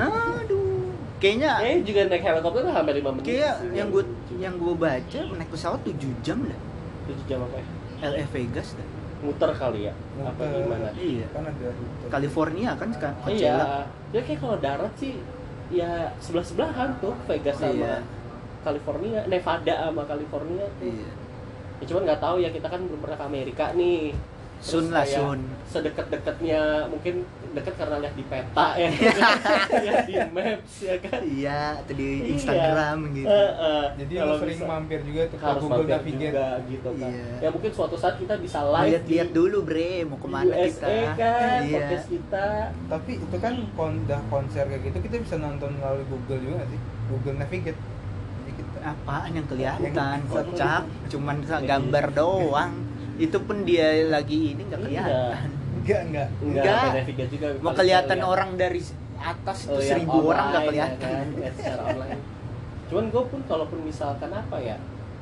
Aduh. Kayaknya Kayaknya juga naik helikopter tuh hampir lima menit. kayak sih. yang gue yang gue baca naik pesawat tujuh jam lah. tujuh jam apa ya? L A Vegas dah. Muter kali ya? Apa Muter. gimana? Iya. Kan ada rute. California kan sekarang Iya. Coachella. Dia kayak kalau darat sih ya sebelah sebelahan tuh Vegas sama Iya. California, Nevada sama California tuh. Iya. Ya cuman nggak tahu ya kita kan belum pernah ke Amerika nih. Terus Sun lah kayak Sun. Sedekat-dekatnya mungkin deket karena lihat di peta ya, lihat di maps ya kan. Iya, atau di Iya. Instagram gitu. Eh, eh, Jadi kalau lu sering bisa- mampir juga tuh ke harus Google mampir Navigate. juga gitu kan. Iya. Ya mungkin suatu saat kita bisa live Lihat-lihat di dulu bre, mau kemana U S A kita? kan, Iya. podcast kita. Tapi itu kan kon udah konser kayak gitu kita bisa nonton melalui Google juga nggak sih? Google Navigate. Jadi kita Apaan yang kelihatan? Yang- Kocak, cuman gambar doang. Itu pun dia lagi ini nggak Iya. kelihatan. enggak enggak. Enggak, Enggak. ada navigate juga. Mau Paling kelihatan kita lihat. orang dari atas itu Oh, yang seribu orang nggak online, kelihatan. ya kan? Lihat secara online. Cuman gue pun kalaupun misalkan apa ya,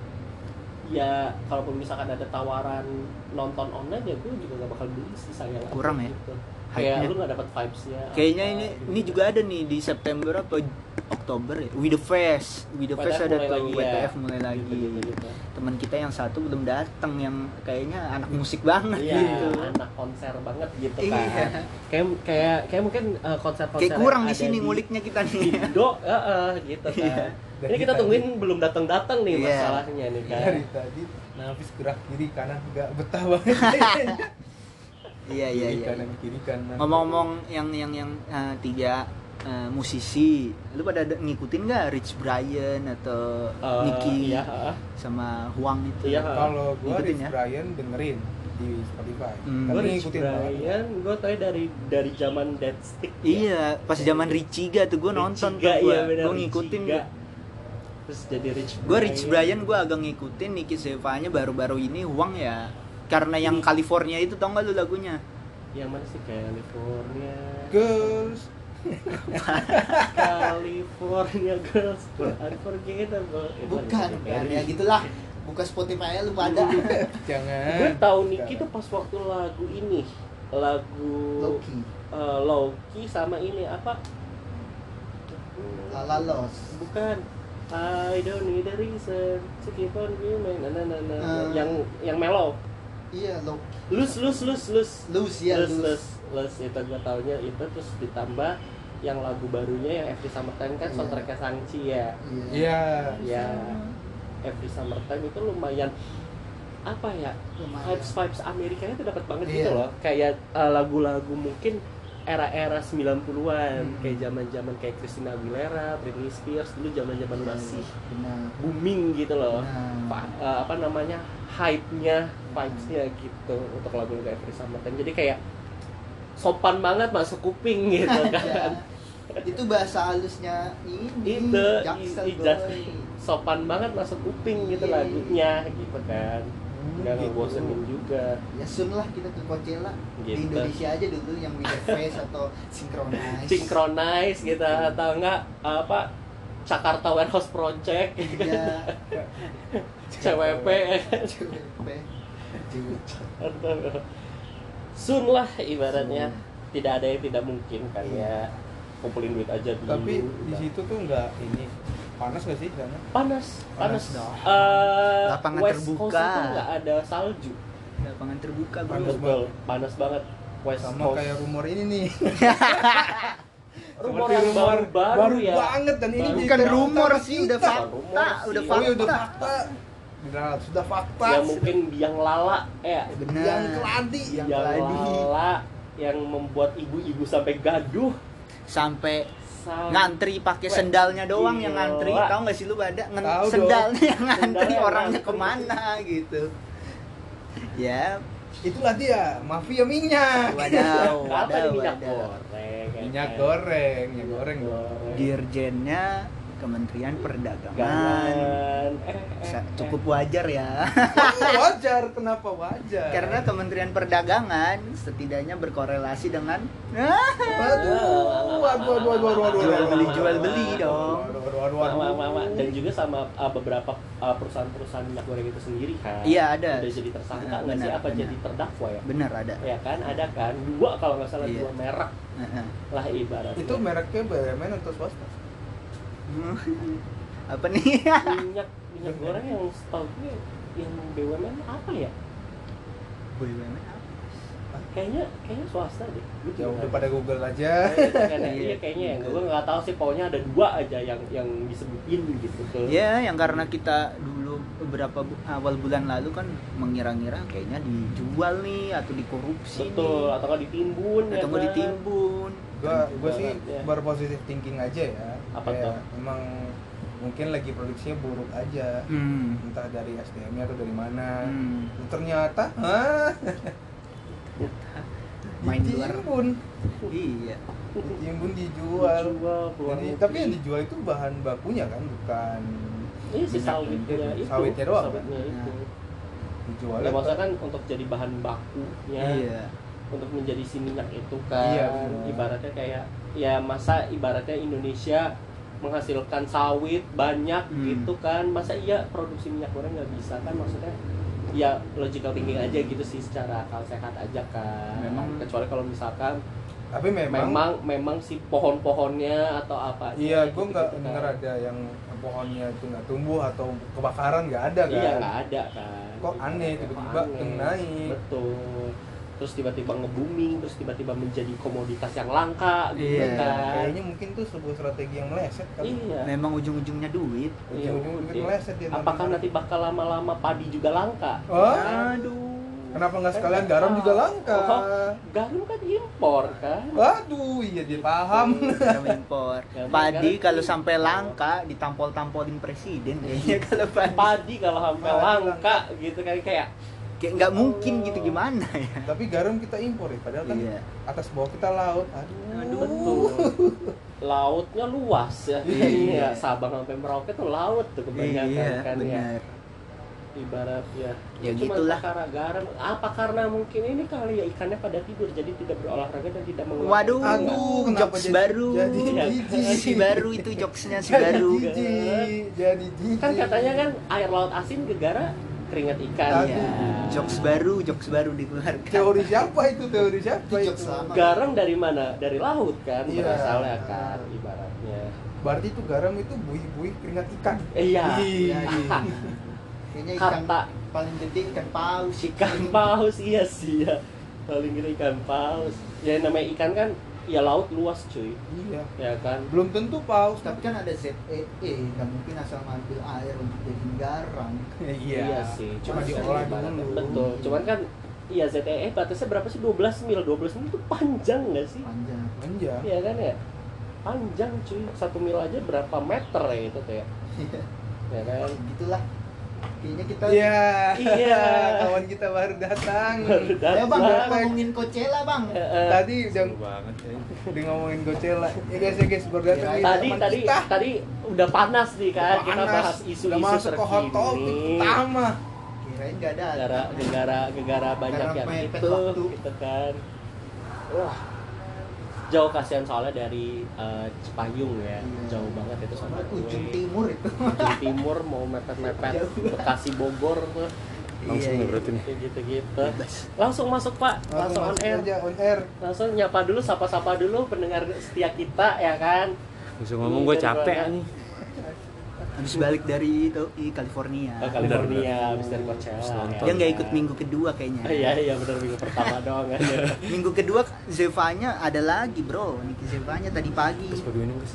ya kalaupun misalkan ada tawaran nonton online ya gue juga gak bakal beli sih, sayang aja Kurang ya? gitu. Kayak Hype-nya. lu gak dapet vibes-nya Kayaknya apa ini gitu. ini juga ada nih di September apa Oktober ya. With the Fest, With the W T F Fest ada mulai tuh lagi W T ya. F mulai lagi. Gitu, gitu, gitu. Teman kita yang satu belum datang yang kayaknya anak musik banget Iya, gitu. anak konser banget gitu Iya. kan. Kayak kayak kayak mungkin uh, konser-konser Kayak kurang yang di ada sini nguliknya kita nih. Indo, heeh, gitu Iya. kan. Dan Ini kita kita tungguin belum datang-datang nih Iya. masalahnya nih kan. Dari tadi nafis gerak kiri kanan nggak betah banget. Iya iya Kiri iya. kanan kiri kanan. Ngomong-ngomong yang yang yang uh, tiga uh, musisi, lu pada ada- ngikutin nggak Rich Brian atau Uh, Nicky iya, heeh. sama Huang itu? Iya. Kalau gua Ngikutin Rich ya? Brian dengerin di Spotify. Hmm. Tapi Gua Rich ngikutin banget. Brian, gue tau dari dari zaman Dead Stick. Iya, pas zaman Richiga tuh gue nonton tuh, Richiga, gue iya bener, gue ngikutin. Richiga. Terus jadi Rich Gue Rich Brian gue agak ngikutin, Nicky Sevanya baru-baru ini, Huang ya karena yang California itu tau gak lu lagunya? Yang mana sih? California Girls. California Girls Unforgettable. Itu Bukan, Katy bukan. Perry. Ya gitulah. Buka Spotify lu pada. Jangan. Gue tahu Nicky tuh pas waktu lagu ini, lagu Loki. eh, Loki sama ini apa? Lalalos. Bukan. I don't need a reason to keep on dreaming. Nah, nah, nah, nah. Eh. Yang yang mellow. Iya, Loki. Lus lus lus lus. Lus ya, lus lus. lus lus itu gue taunya itu, terus ditambah yang lagu barunya yang Every Summertime kan Iya. soundtracknya Shang-Chi ya. Iya. Ya, Every Summertime itu lumayan apa ya, Lumayan. vibes vibes Amerikanya tuh dapat banget Iya. gitu loh, kayak uh, lagu-lagu mungkin era-era sembilan puluhan, Hmm. kayak zaman-zaman kayak Christina Aguilera, Britney Spears dulu zaman-zaman masih Benar. booming gitu loh. Benar. Pa- uh, apa namanya, hype-nya, vibes-nya gitu untuk lagu-lagu Every Summertime. Jadi kayak sopan banget masuk kuping gitu Ya. kan. Itu bahasa halusnya ini. Itu Jaksel i- i- jas- boy. sopan banget masuk kuping gitu Iya. lagunya gitu kan. Nggak gitu. ngebosenin juga Ya sun lah kita ke Coachella di Gitu. Indonesia aja dulu yang With the Face atau Synchronize. Synchronize gitu, atau enggak apa Jakarta Warehouse Project gitu kan. Iya. C W P C W P. Atau Sun lah ibaratnya. Tidak ada yang tidak mungkin kan ya, kumpulin duit aja dulu. Tapi di udah. situ tuh nggak ini panas gak sih sana? panas panas, Panas dong. Eh, Lapangan West Coast terbuka. itu nggak ada salju. Lapangan terbuka bro. Panas Betul, panas banget West Sama Coast. kayak rumor ini nih. rumor Seperti yang rumor baru-baru baru ya. banget dan ini Baru. Bukan berita rumor utama sih, kita. udah Bukan fakta, rumor sih. udah Oh iya udah fakta. fakta. Benar, sudah fakta. Yang mungkin biang lala ya. Benar. Yang keladi. Yang Yang keladi. lala yang membuat ibu-ibu sampai gaduh. Sampai Sam- ngantri pakai Weh, sendalnya doang yang gila. ngantri. Tahu nggak sih lu pada Ngen- Tahu dong. sendalnya yang ngantri, Sendalnya orangnya ngantri. kemana gitu. Ya, Itulah dia, mafia minyak. wadaw, Apa wadaw, nih minyak wadaw. goreng? ya Minyak kan? goreng, minyak goreng dong. Dirjennya Kementerian Perdagangan. Gangan. Eh, eh, Sa- eh. Cukup wajar ya. Oh, wajar, kenapa wajar? Karena Kementerian Perdagangan setidaknya berkorelasi dengan Waduh, waduh, waduh, waduh, waduh, waduh, Jual beli, waduh, jual waduh, beli waduh, dong. waduh, waduh, waduh, waduh. Sama- sama- dan juga sama uh, beberapa uh, perusahaan-perusahaan minyak goreng itu sendiri kan. Iya, ada. Udah jadi tersangka Benar, nggak sih? benar, Apa benar. jadi terdakwa ya? benar ada. Ya kan, ada kan dua kalau nggak salah, Iya. dua merek Heeh. lah ibaratnya. Itu mereknya B U M N atau swasta? Apa nih? minyak minyak goreng yang setahu gue yang B U M N apa ya? B U M N apa? Kayaknya kayaknya swasta deh. Gue Ya juga udah nggak pada Google aja. Kayaknya iya kayaknya ya. Gue nggak tahu sih, pokoknya ada dua aja yang yang disebutin gitu tuh. Ya, yang karena kita dulu beberapa bu- awal bulan lalu kan mengira-ngira kayaknya dijual nih atau dikorupsi Betul, nih. atau nggak ditimbun Atau ya nggak kan? ditimbun. Gua gua sih Ibaratnya. berpositif thinking aja ya. Apa Kayak tuh? emang mungkin lagi produksinya buruk aja. Hmm. Entah dari S D M-nya atau dari mana. Hmm. Ternyata, hah? Main luar. Ditimbun, Iya. ditimbun dijual. Dijual, keluar Jadi, negeri. tapi yang dijual itu bahan bakunya kan, bukan Iya sih, minyak sawitnya itu. itu. Sawitnya doang. Sawitnya Nah. itu. dijualnya. Ya maksudnya kan untuk jadi bahan bakunya, Iya. untuk menjadi si minyak itu kan. Iya, benar. Ibaratnya kayak ya masa ibaratnya Indonesia menghasilkan sawit banyak Hmm. gitu kan, masa iya produksi minyak goreng nggak bisa kan, maksudnya ya logical thinking aja gitu sih, secara akal sehat aja kan. Memang- kecuali kalau misalkan Tapi memang, memang memang si pohon-pohonnya atau apa iya, gue nggak gitu denger kan. ada yang pohonnya itu nggak tumbuh atau kebakaran, nggak ada kan? Iya nggak ada kan. Kok aneh, Kok tiba-tiba aneh. naik. Betul. Terus tiba-tiba nge-booming, terus tiba-tiba menjadi komoditas yang langka gitu Iya. kan. Kayaknya mungkin tuh sebuah strategi yang meleset kali. Iya. Memang ujung-ujungnya duit. Iya, Ujung-ujung mungkin. meleset dia. Apakah nanti bakal lama-lama padi juga langka? Oh, Aduh. kenapa nggak sekalian garam juga langka? Oh, garam kan impor kan. Waduh, iya dia paham. Garam impor. Garam- Padi garam kalau sampai impor. langka ditampol-tampolin presiden kayaknya kalau padi. Padi kalau sampai Padi langka gitu kan, kayak Kayak nggak mungkin gitu, gimana ya? Tapi garam kita impor ya, padahal kan Iya. atas bawah kita laut. Aduh. Aduh. betul. Lautnya luas ya. Iya. Sabang sampai Merauke tuh laut tuh kebanyakan Iya, kan ya. benar. Ibaratnya Ya cuma gitulah. perkara garam. Apa karena mungkin ini kali ya, ikannya pada tidur jadi tidak berolahraga dan tidak mengeluarkan Waduh, tenaga. Aduh, kenapa jokes jadi- baru. jadi Iya. jijik? Si baru itu jokesnya si Jadi baru. jijik, jadi jijik. Kan katanya kan air laut asin gegara keringat ikan. Aduh. Iya, jokes baru, jokes baru dikeluarkan. Teori siapa itu? Teori siapa Itu itu? jokes lama. Garam dari mana? Dari laut kan Iya. berasalnya kan ibaratnya. Berarti itu garam itu buih-buih keringat ikan. Eh, Iya. Ih. Kayaknya ikan Kata paling gede ikan paus. ikan paus, iya sih ya. Paling gede ikan paus. Ya namanya ikan kan ya laut luas cuy. Iya. Ya kan. Belum tentu paus. Tapi kan ada Z E E, nggak mungkin asal ngambil air untuk jadi garam. Iya sih. Cuma Cuman diolah kan ibaratnya- dulu. Betul. Cuman kan iya Z E E batasnya berapa sih? dua belas mil. dua belas mil itu panjang nggak sih? Panjang. Iya. Iya kan ya? Panjang cuy. Satu mil aja berapa meter ya itu tuh ya? Ya kan? Gitulah. Kayaknya kita. Iya. Iya. Kawan kita baru datang. Baru datang. Ayo bang, Datang. ngomongin Coachella bang. Eh, eh. Tadi udah banget ya. udah ngomongin Coachella. Ya guys, ya guys, baru datang nih tadi teman tadi kita. tadi udah panas nih kan, kita Panas. bahas Udah isu-isu masuk ke hot topic terkini. pertama. Kirain nggak ada. Gegara gegara gegara banyak Karena yang mepet itu waktu. gitu kan. Wah, jauh kasihan soalnya dari eh, Cipayung ya, Iya. jauh banget itu sama Ujung gue. timur itu. Ujung timur mau mepet-mepet Jauh. Bekasi Bogor tuh Langsung Iya, ya iya. berarti nih. kayak gitu-gitu. Bebas. Langsung masuk Pak, langsung on masuk air. aja on air. Langsung nyapa dulu, sapa-sapa dulu pendengar setia kita ya kan. Bisa ngomong gue capek nih. Habis balik dari itu di California. Ke California habis dari Coachella. Habis nonton. Dia nggak kan? ikut minggu kedua kayaknya. Ah, iya iya benar minggu pertama doang kan. Minggu kedua Zevanya ada lagi bro. Niki Zevanya tadi pagi. Terus pakai minum guys.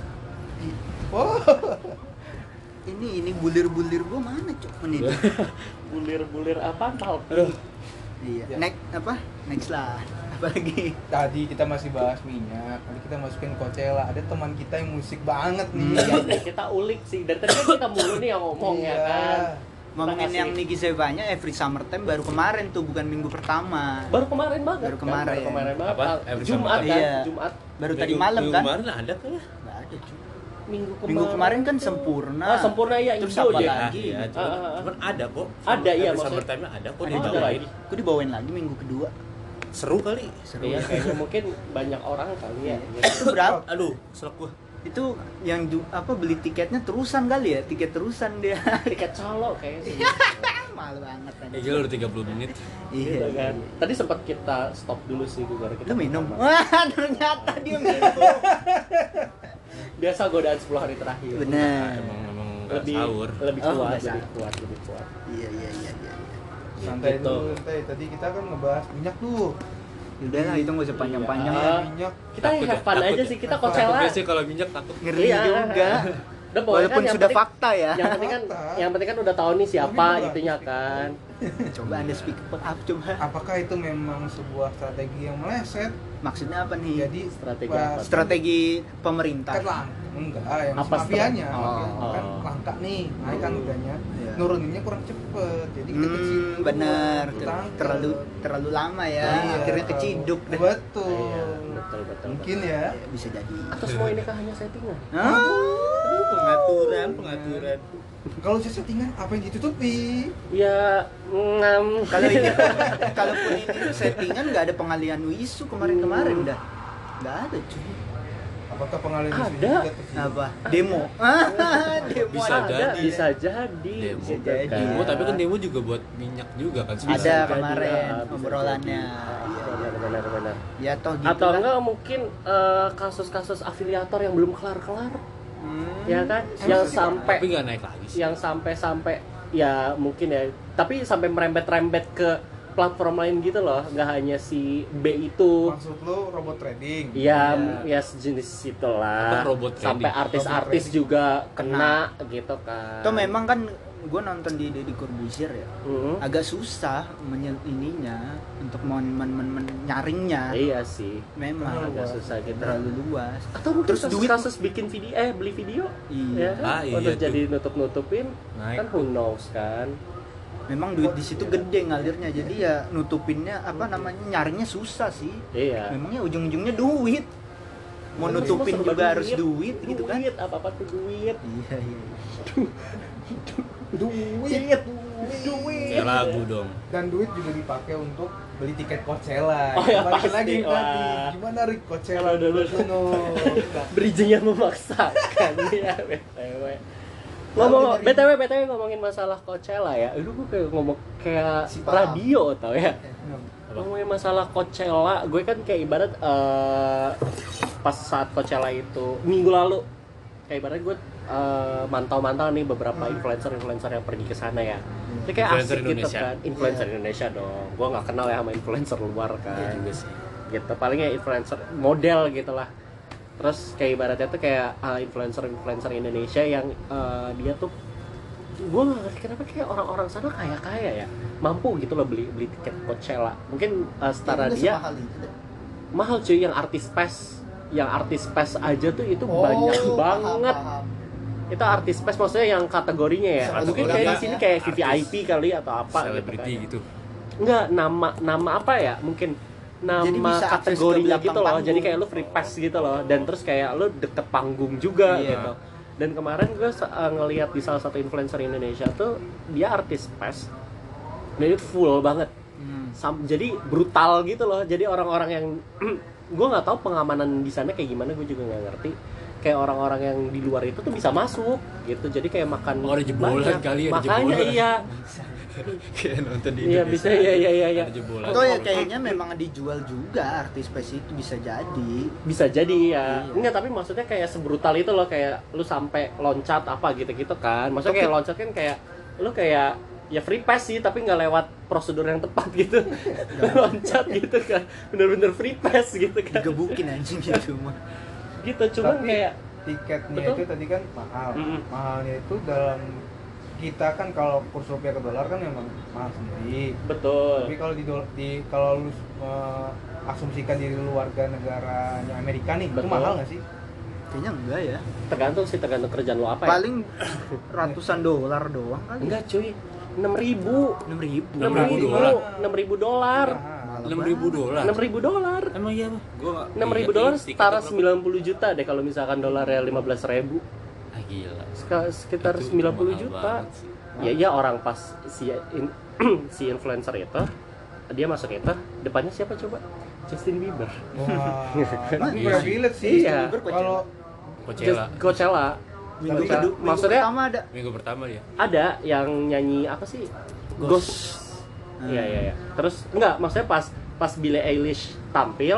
Oh, Ini ini bulir-bulir gua mana cok ini? Bulir-bulir apa talpi? Aduh. Iya. Ya. Next apa? Next lah. Apalagi? tadi kita masih bahas minyak. Tadi kita masukin Coachella. Ada teman kita yang musik banget nih. Iya, nih, kita ulik sih. Dari tadi kan kita mulu nih yang ngomong ya Iya. kan. Ngomongin kasih- yang Niki Zevanya Every Summertime baru kemarin tuh, bukan minggu pertama. Baru kemarin banget. Baru kan? kemarin. Baru kemarin banget. Apa? Ah, Every Jumat Summer kan? Iya. Jumat. Baru tadi Minggu- malam minggu kan? kemarin ada kan ya? Nggak ada cuy. Minggu kemarin. Minggu kemarin kan tuh. sempurna. Ah, sempurna ya Terus Indo apa dia. lagi? Iya, Ah, cuman, ah, ah. cuman ada kok. Ada, iya, Every maksudnya- Summer Time-nya ada kok Ada dibawain. lagi. Kok dibawain lagi minggu kedua? Seru kali. Seru. Iya, kayaknya mungkin banyak orang kali ya. Itu berapa? Aduh, selek gua. Itu yang ju- apa beli tiketnya terusan kali ya? Tiket terusan dia. Tiket calo kayaknya sih. Malu banget Eh, aja. gila udah tiga puluh menit. Gitu Iya. kan. Tadi sempat kita stop dulu sih gue kita Lu minum? pertama. Wah, ternyata dia minum. Biasa godaan sepuluh hari terakhir. Nah, Benar. emang emang nggak Lebih sahur. lebih Oh, kuat, nggak lebih sahur. kuat, lebih kuat. Iya, iya, iya, iya. Santai Gitu. dulu, santai. Tadi kita kan ngebahas minyak tuh. Udah lah, itu nggak usah panjang-panjang. Iya. lah. Minyak. Kita Takut have ya, fun takut aja ya. sih, kita Takut. Coachella. Takut sih kalau minyak takut. Ngeri Iya. juga. Udah, pokoknya Walaupun kan yang sudah penting- fakta ya. Yang penting kan Fakta. yang penting kan udah tahu nih siapa Tapi beneran. itunya kan. Coba Anda speak up coba. Apakah itu memang sebuah strategi yang meleset? Maksudnya apa nih? Jadi Strategi pas- apa? Strategi pemerintah. kan lang enggak yang Apa mafianya strat- mafianya Oh. kan langka nih naik kan harganya Iya. nuruninnya kurang cepet jadi kita Hmm, keciduk, bener. ketangkep. Terlalu terlalu lama ya. Iya, Akhirnya terlalu- keciduk deh. betul Iya, betul betul. mungkin ya Ya, bisa jadi. Atau semua ini kan hanya settingan? Hah? Pengaturan, pengaturan. kalau saya settingan apa yang ditutupi Ya, ngam. Kalau ini kalaupun ini settingan nggak ada pengalian isu kemarin-kemarin dah. Nggak ada cuy. Apakah pengaruh industri Ada. juga tuh sih? Apa? Demo. Demo Bisa ada. Ada, jadi. bisa jadi. Demo. Bisa jadi. Demo, tapi kan demo juga buat minyak juga kan Ada sebenarnya. jadi, kemarin ah, bisa obrolannya. jadi. Iya, Iya, benar-benar. Ya toh gitu. Atau lah. enggak mungkin eh, kasus-kasus afiliator yang belum kelar-kelar, Hmm. ya kan? Emang Yang sih, sampai Tapi nggak naik lagi sih. yang sampai-sampai ya mungkin ya, tapi sampai merembet-rembet ke platform lain gitu loh, nggak hanya si B itu. Maksud lu robot trading? Ya, Iya. ya sejenis itulah. Atau robot Sampai trading. artis-artis Robot trading. juga kena gitu kan. Toh memang kan gue nonton di Deddy Corbuzier ya. Mhm. Agak susah menyel ininya untuk men, men, men, men- nyaringnya. Iya sih. Memang Terlalu Agak luas. susah gitu. terlalu luas. Atau mungkin Terus duit- kasus-kasus bikin video, eh beli video, ya Iya. kan? Ah, iya Untuk tuh. jadi nutup-nutupin, Naik. kan who knows kan? Memang duit di situ gede ngalirnya. Jadi ya nutupinnya apa namanya nyaringnya susah sih. Iya. Memangnya ujung-ujungnya duit. Mau Semua nutupin serba juga harus duit gitu kan. Duit, apa-apa tuh duit. Iya iya. Duit, duit. Kayak lagu dong. Dan duit juga dipakai untuk beli tiket Coachella. Oh ya, Balikin pasti. lagi yang tadi. Wah. Gimana Rick Coachella? Kalau dulu no. bridging yang memaksakan ya B T W. Ngomong B T W B T W ngomongin masalah Coachella ya. Itu gue kayak ngomong kayak Si paham. radio tau ya. Apa? Ngomongin masalah Coachella, gue kan kayak ibarat eh, pas saat Coachella itu minggu lalu, kayak ibarat gue eh, mantau-mantau nih beberapa influencer-influencer yang pergi ke sana ya. Itu kayak Influencer asik gitu Indonesia. kan. Influencer Indonesia dong. Gue nggak kenal ya sama influencer luar kan. Iya juga sih. Gitu palingnya influencer model gitu lah. Terus kayak ibaratnya tuh kayak uh, influencer-influencer Indonesia yang uh, dia tuh gue nggak ngerti kenapa kayak orang-orang sana kaya kaya ya, mampu gitu loh beli beli tiket Coachella. Mungkin uh, setara Kayaknya dia semahal itu deh. mahal cuy, yang artis pes yang artis pes aja tuh itu Oh, banyak paham, banget. paham. Itu artis pes maksudnya yang kategorinya ya. Kategori Mungkin kayak di ya. sini kayak V V I P Artis. kali atau apa Selebriti gitu. gitu. Kan. Enggak, nama nama apa ya? Mungkin nama Jadi bisa akses ke kategorinya belakang gitu loh. panggung. Jadi kayak lu free pass gitu loh. Dan terus kayak lu deket panggung juga Iya. gitu. Dan kemarin gue uh, ngelihat di salah satu influencer Indonesia tuh dia artis pass. Dan itu full banget. Hmm. Sam- jadi brutal gitu loh. Jadi orang-orang yang gue nggak tahu pengamanan di sana kayak gimana, gue juga nggak ngerti. Kayak orang-orang yang di luar itu tuh bisa masuk gitu. Jadi kayak makan Oh, ada jebolan banyak. kali, ada Makanya jebolan. iya. Kayak nonton di Iya Indonesia. bisa, iya iya iya iya. Ada jebolan. Atau ya kayaknya memang dijual juga artis pes itu bisa jadi. Bisa jadi ya. Iya. Enggak, tapi maksudnya kayak sebrutal itu loh, kayak lu sampai loncat apa gitu-gitu kan. Maksudnya kayak loncat kan kayak lu kayak ya free pass sih, tapi nggak lewat prosedur yang tepat gitu. Loncat gitu kan. Bener-bener free pass gitu kan. Digebukin anjing gitu mah. Gitu, cuman Tapi kayak tiketnya Betul. itu tadi kan mahal. Mm-mm. Mahalnya itu dalam kita kan kalau kurs rupiah ke dolar kan memang mahal sendiri. betul. Tapi kalau di, dol- di kalau lu uh, asumsikan diri lu warga negaranya Amerika nih, itu Betul. mahal nggak sih? Kayaknya enggak ya. Tergantung sih, tergantung kerjaan lo apa ya. Paling ratusan dolar doang kali. Enggak cuy, enam ribu. enam ribu. enam enam ribu ribu dolar. enam ribu dolar. Mahal. enam ribu dolar. enam ribu dolar. Emang iya, Bang? Gua enam ribu iya, dolar tiket setara berapa? sembilan puluh juta deh kalau misalkan dolarnya lima belas ribu. Ah, gila. Seka- Sekitar Itu sembilan puluh mahal juta. banget sih. Ya iya, orang pas si in- si influencer itu dia masuk itu, depannya siapa coba? Justin Bieber. Wah, tapi Iya. privilege sih. Iya. Kalau Coachella. Just Coachella. Minggu Coachella. kedua, minggu Maksudnya pertama ada. Minggu pertama dia. ada yang nyanyi apa sih? Ghost. Iya iya iya. Terus enggak, maksudnya pas pas Billie Eilish tampil,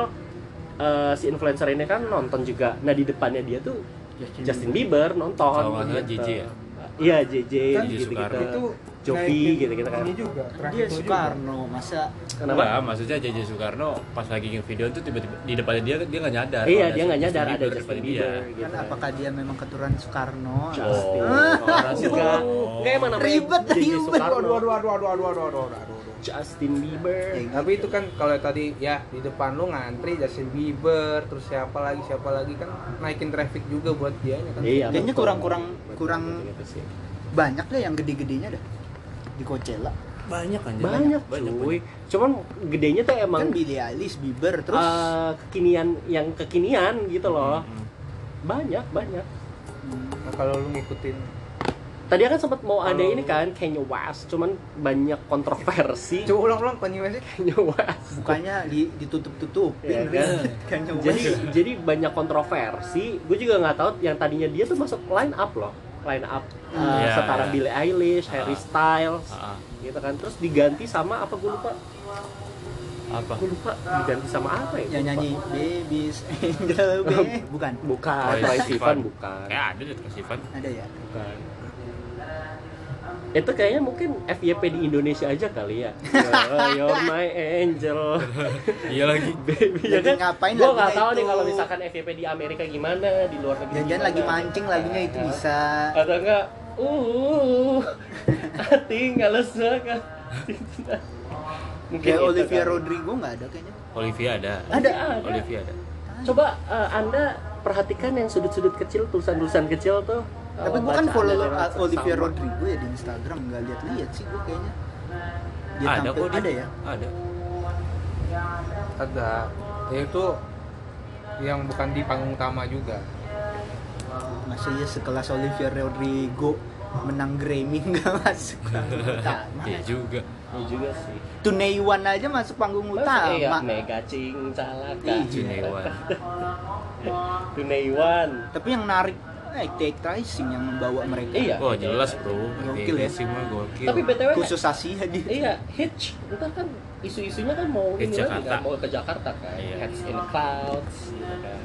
eh, si influencer ini kan nonton juga. Nah, di depannya dia tuh Justin Bieber nonton. Kalau nggak salah gitu. J J ya? Iya, J J Kan gitu-gitu. Soekarno. itu Jovi naikin gitu-gitu kan. ini juga, track Dia itu juga. Soekarno, masa Kenapa? Enggak, maksudnya J J Soekarno pas lagi bikin video tuh tiba-tiba di depannya dia dia nggak nyadar. Iya, kalau dia nggak nyadar ada di Justin depannya Bieber dia. gitu. kan apakah dia memang keturunan Soekarno? Justin. Oh, Orang juga. Enggak, emang namanya Ribet, J J ribet. Soekarno. Aduh, aduh, aduh, aduh, aduh, aduh, aduh, aduh, aduh. Justin Bieber. Tapi itu kan kalau tadi ya di depan lu ngantri Justin Bieber, terus siapa lagi siapa lagi kan naikin traffic juga buat dia kan. Iya, Kayaknya betul. kurang-kurang- kurang- Gitu sih. Banyak deh yang gede-gedenya dah di Coachella. Banyak kan? Banyak, cuy. Cuman gedenya tuh emang Kan Billie Eilish, Bieber, terus eh, kekinian yang kekinian gitu loh. Hmm. Banyak, banyak. Hmm, Nah, kalau lu ngikutin Tadi kan sempat mau ada ini kan Kanye West, cuman banyak kontroversi. Coba ulang-ulang Kanye West. Kanye West. Bukannya di, ditutup-tutupin Ya, kan? Kanye West. Jadi jadi banyak kontroversi. Gue juga nggak tahu yang tadinya dia tuh masuk line up loh, line up uh, Iya, setara iya. Billie Eilish, Harry Ah. Styles, Ah, gitu kan. Terus diganti sama apa gue lupa. apa? Gue lupa diganti sama apa ya? yang Gua nyanyi lupa. Babies Angel Baby bukan Bukan, Troye Troye Sivan. Sivan bukan. Kayak ada deh Troye Sivan. ada ya Bukan. Itu kayaknya mungkin F Y P di Indonesia aja kali ya. Oh, you're my angel. Iya lagi. Baby ya Jadi kan. ngapain Gue lagunya nggak tahu itu? nih kalau misalkan F Y P di Amerika gimana, di luar negeri. jangan-jangan gimana. lagi mancing lagunya itu bisa Atau enggak? Uh, hati nggak lesak. Mungkin kayak itu Olivia kali. Rodrigo nggak ada kayaknya Olivia ada. Ada. Olivia ada. Coba eh, Anda perhatikan yang sudut-sudut kecil, tulisan-tulisan kecil tuh. tapi Kalau gue kan bacaannya follow lewat Olivia sama. Rodrigo ya di Instagram nggak lihat-lihat sih gue kayaknya dia Ada tampil kok dia. ada ya Ada. Ada. Ya itu yang bukan di panggung utama juga. masa ya sekelas Olivia Rodrigo menang Grammy nggak masuk panggung utama Iya juga. Iya juga sih. Tuneiwan aja masuk panggung Masa iya, utama Mega Cing Calaka. Iya. Junewan. Tuneiwan. tapi yang narik eh Take Tracing yang membawa mereka Iya. Wah jelas bro. Gokil ya. Sih mah gokil. Tapi B T W khusus Asia dia iya, Hitch. Entah kan isu-isunya kan mau Hitch ini lagi Jakarta. kan, mau ke Jakarta kan. Iya. Hitch in the Clouds gitu kan.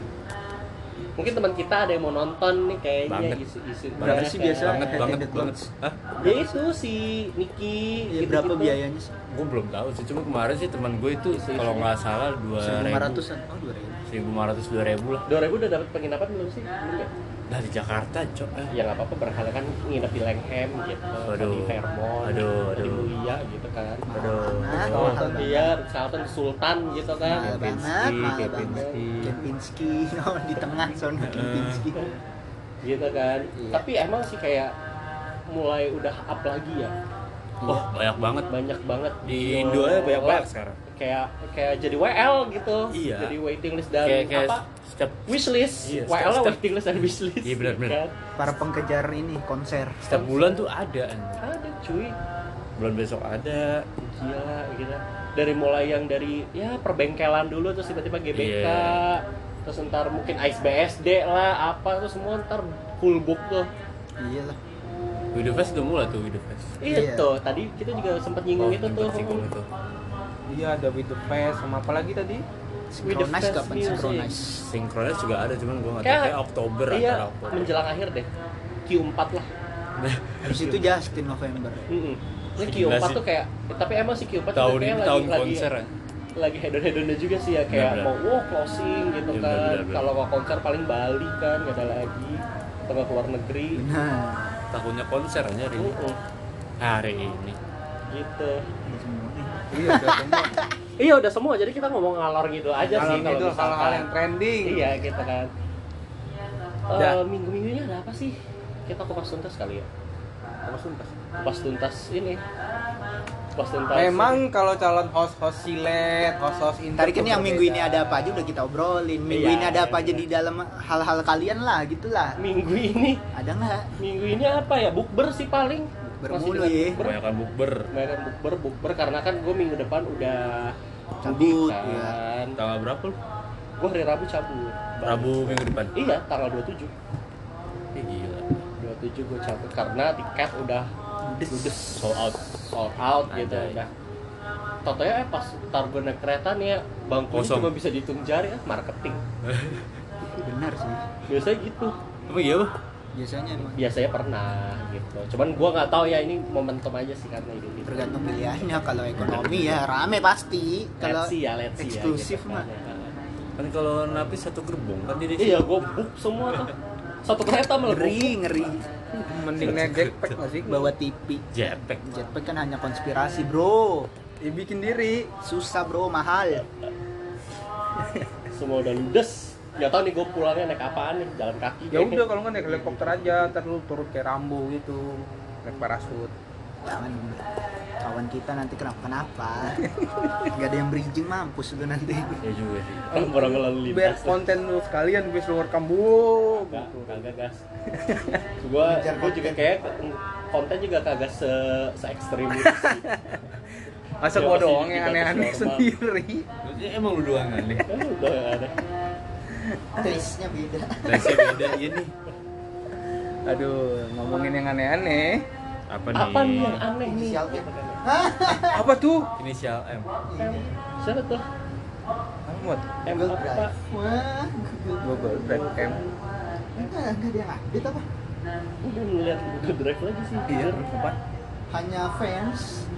Mungkin teman kita ada yang mau nonton nih kayaknya Banget. isu-isu. Berapa sih biasa? banget Head banget and the banget. Clouds. Hah? Ya itu si Niki ya, gitu-gitu. berapa biayanya sih Gue belum tahu sih. Cuma kemarin sih teman gue itu Isu-isunya. kalau nggak salah dua seribu lima ribu. ratusan oh dua ribu Seribu lima ratus dua ribu lah. dua ribu udah dapat penginapan belum sih? Belum ya? Dari Jakarta cok. Eh. Ya nggak apa-apa, berkali kan nginep di Langham gitu, Aduh. di Fairmont, Aduh, di aduh. Mulia gitu kan. Aduh. Nah, Oh, mahal iya, Sultan Sultan gitu kan. mahal Kempinski, banget mahal banget Kempinski. Kempinski oh di tengah sono Kempinski Gitu kan. Iya. Tapi emang sih kayak mulai udah up lagi ya. Oh banyak banget. Banyak banget Di Indo aja banyak banget sekarang. Kayak kayak jadi W L gitu. Iya. Jadi waiting list dan Kayak kayak apa? setiap Wishlist. Iya, W L lah setiap- waiting list dan wishlist. Iya, benar, benar. Kan? para pengkejar ini konser setiap bulan tuh ada. anjing. Ada cuy. Bulan besok ada. Gila, gila. Dari mulai yang dari ya perbengkelan dulu terus tiba-tiba G B K, Iya. terus ntar mungkin Ice B S D lah, apa tuh semua ntar full book tuh. iyalah Widow Fest udah mulai tuh Widow Fest. Iya Iya. tuh, tadi kita juga sempat nyinggung itu tuh. sempet singgung itu. Iya ada With the Fest sama apa lagi tadi? With the Synchronize Fest kapan Music. Synchronize Sinkronnya juga ada, cuman gue nggak tahu Kayak- kayak Oktober Iya, antara Oktober. menjelang akhir deh. Q empat lah. habis itu Justin November Mm-mm. Ini Q Gila empat sih. tuh kayak, tapi emang sih Q empat tahun juga kayak ini tahun lagi, lagi, konser ya. lagi hedon-hedonnya juga sih ya, kayak Bener-bener. mau wow closing gitu Iya, kan. bener-bener. Kalau nggak konser paling Bali kan, nggak ada lagi. Atau nggak keluar negeri. benar Tahunnya konsernya hari ini. Mm-mm. Hari ini. Gitu. Ini semua nih. Iya udah semua. Iya udah semua, jadi kita ngomong ngalor gitu aja Kalau sih kalau itu misalkan. hal-hal yang trending. Iya gitu kan. Eh, Ya. minggu-minggunya ada apa sih? Kita kupas tuntas kali ya. Apa suntas? Kupas tuntas ini. Kupas tuntas. Memang kalau calon host-host silet, host-host inter Tadi kan tuh yang minggu ini berbeda. ada apa aja udah kita obrolin. Minggu Iya, ini ada apa iya, aja iya. di dalam hal-hal kalian lah, gitulah. Minggu ini, Ada nggak? minggu ini apa ya? Bukber sih paling. Bermulu dengan ya. bukber. Kebanyakan bukber. Kebanyakan bukber, bukber karena kan gue minggu depan udah Cabut, mudik iya. kan. Tanggal berapa lu? Gue hari Rabu cabut. Rabu minggu depan. Iya, tanggal dua puluh tujuh. Ih gila. dua puluh tujuh gue cabut karena tiket udah ludes, Sold out. sold out gitu Anjay. udah. Totonya eh pas ntar gue naik kereta nih ya, bangkunya Kosong. cuma bisa dihitung jari ya, marketing. Benar sih. Biasanya gitu. Apa iya bah? Biasanya emang Biasanya pernah gitu. Cuman gue nggak tahu ya, ini momentum aja sih karena ini. Gitu. tergantung pilihannya. Kalau ekonomi ya rame pasti. Kalau Let's see ya, let's see ya, eksklusif gitu mah. kan. Kan kalau napi satu gerbong kan jadi Iya, gue book semua tuh. Satu kereta malah gua ngeri ngeri. Mending naik jetpack nggak sih? Bawa T V. jetpack. Jetpack kan hanya konspirasi bro. Ya bikin diri. Susah bro, mahal. book. Semua udah ludes. Gak tau nih gue pulangnya naik apaan nih, jalan kaki. Ya udah kalau nggak naik helikopter aja, ntar lu turun kayak Rambo gitu, naik parasut. jangan kawan kita nanti kenapa-kenapa. Gak ada yang bridging, mampus lu nanti. Ya juga sih. Orang lalu Biar lintas. konten lu sekalian gue lu rekam bu. Enggak, kagak gas. Gua Ngejar gua juga konten. kayak konten juga kagak se se ekstrim itu sih. Masa Ya, gua pasti doang di yang batas aneh-aneh normal. sendiri. Ya, emang lu doang aneh. Kan udah ada. Taste-nya beda. Rasanya beda ya nih. Aduh, ngomongin yang aneh-aneh. Apa nih? Apa nih yang aneh nih? Inisial M. Apa tuh? Inisial M. M. Siapa tuh? Almut. M Google apa? Drive. Wah, Google Google Drive M. Enggak, enggak dia update apa? Udah ngeliat Google Drive lagi sih. Iya, apa? Hanya fans.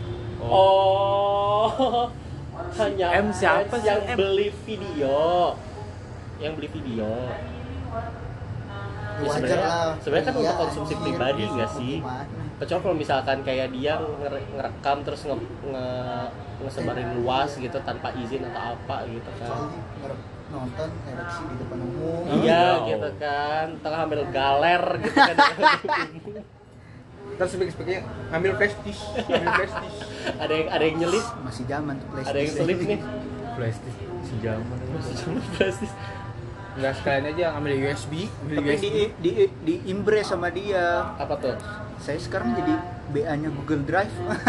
Oh, hanya M siapa fans sih, yang M? beli video, yang beli video. Ya, Wajar sebenarnya- lah. sebenarnya kan Iya, untuk konsumsi anjir. pribadi nggak Mau sih? gimana? Kecuali kalau misalkan kayak dia ngere- ngerekam terus nge, nge ngesebarin luas gitu tanpa izin atau apa gitu kan. Kecuali ngerek- nonton ereksi di depan umum. Iya Oh. gitu kan, tengah ambil galer gitu kan. Terus speak-speaknya ambil prestis, ambil prestis. ada yang ada yang nyelip, Masih zaman tuh PlayStation. ada yang selip nih. Plastik sejaman. Plastis. Enggak sekalian aja ambil U S B, ambil Tapi U S B. di di di impress sama dia. Apa tuh? Saya sekarang jadi B A-nya Google Drive.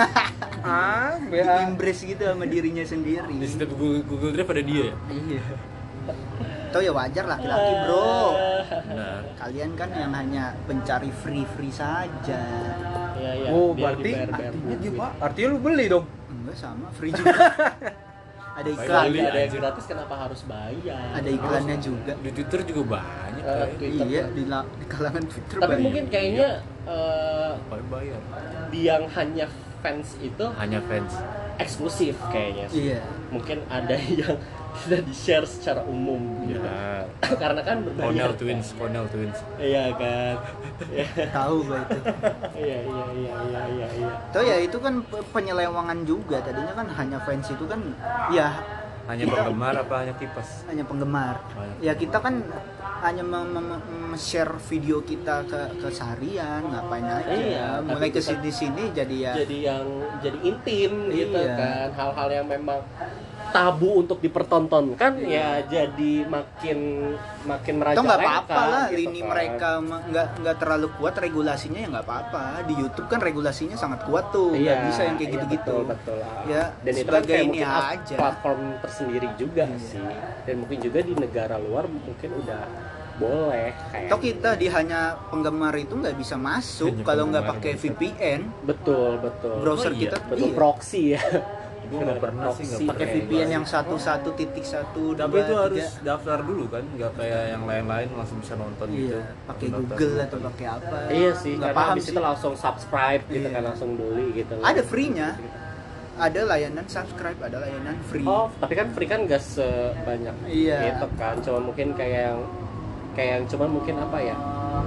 Ah, Di B A. impress gitu sama dirinya sendiri. Di setiap Google, Google Drive ada dia ya? Iya. Tau ya wajar laki-laki, Bro. Benar. Kalian kan yang hanya pencari free-free saja. Iya iya. Oh, biar berarti dibayar-bayar artinya dia duit. Pak, artinya lu beli dong. Enggak sama, free juga. Ada Kalau iklan, Beli, ada yang anjir. gratis kenapa harus bayar? ada iklannya juga. Di Twitter juga banyak Eh, kayak. Twitter Iya, kan. di, la- di kalangan Twitter Tapi banyak. mungkin kayaknya eh, Paling bayar. di yang hanya fans itu Hanya fans. eksklusif kayaknya sih. Iya. Mungkin ada yang tidak di-share secara umum gitu. Ya. Karena kan berbayar. Cornell Twins, Cornell Twins. Iya kan. Iya Tahu gua itu. iya iya iya iya iya. iya. Tau ya itu kan pe- penyelewangan juga. Tadinya kan hanya fans itu kan ya Hanya Kita- penggemar apa hanya kipas? hanya penggemar. Banyak. Ya kita kan hanya mem- mem- mem-share video kita ke ke seharian, ngapain aja. Iya, Mulai tapi ke kita- sini sini jadi ya Jadi yang jadi intim gitu Iya. kan. Hal-hal yang memang tabu untuk dipertontonkan ya jadi makin makin Atau merajalela nggak apa-apa lah, gitu lini kan. mereka ma- nggak nggak terlalu kuat regulasinya ya nggak apa-apa. Di YouTube kan regulasinya sangat kuat tuh, nggak Iya, bisa yang kayak iya, gitu-gitu. betul, betul. Ya, Dan itu kan sebagai kayak ini mungkin ap- aja. platform tersendiri juga Iya. sih. Dan mungkin juga di negara luar mungkin udah boleh kayak Toh kita di hanya penggemar itu nggak bisa masuk Hanya kalau nggak penggemar pakai bisa. V P N. betul betul. Browser Oh iya, kita betul iya. proxy ya. Gue nggak pernah sih, nggak Proxy Pakai pernah. V P N yang satu satu titik satu. Tapi dua, itu harus tiga. daftar dulu kan, nggak kayak yang lain-lain langsung bisa nonton gitu. Iya, pakai Daftar Google dulu. atau pakai apa? Iya sih, Nggak karena paham habis sih. itu langsung subscribe gitu Iya. kan, langsung beli gitu. Ada free-nya. Ada layanan subscribe, ada layanan free. Oh, tapi kan free kan gak sebanyak Iya. gitu kan. Cuma mungkin kayak yang kayak yang cuman mungkin apa ya?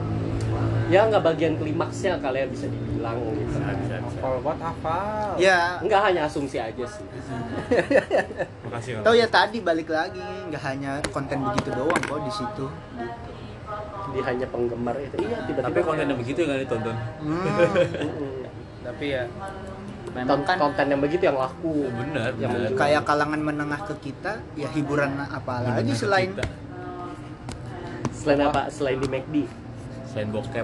Ya nggak bagian klimaksnya kalian bisa dibilang gitu. Bisa, bisa, bisa. Hafal buat hafal. Ya, Enggak hanya asumsi aja sih. Makasih. tahu ya tadi balik lagi, nggak hanya konten begitu doang kok di situ. Di hanya penggemar itu. Iya, tiba-tiba Tapi konten yang begitu nggak ditonton. Hmm, Mm-mm. Tapi ya memang Kon- kan konten yang begitu yang laku. Oh, benar, Yang benar. menjual. kayak kalangan menengah ke kita, ya hiburan apa lagi Benar, selain kita. Selain apa? Selain di McD. Selain bokep.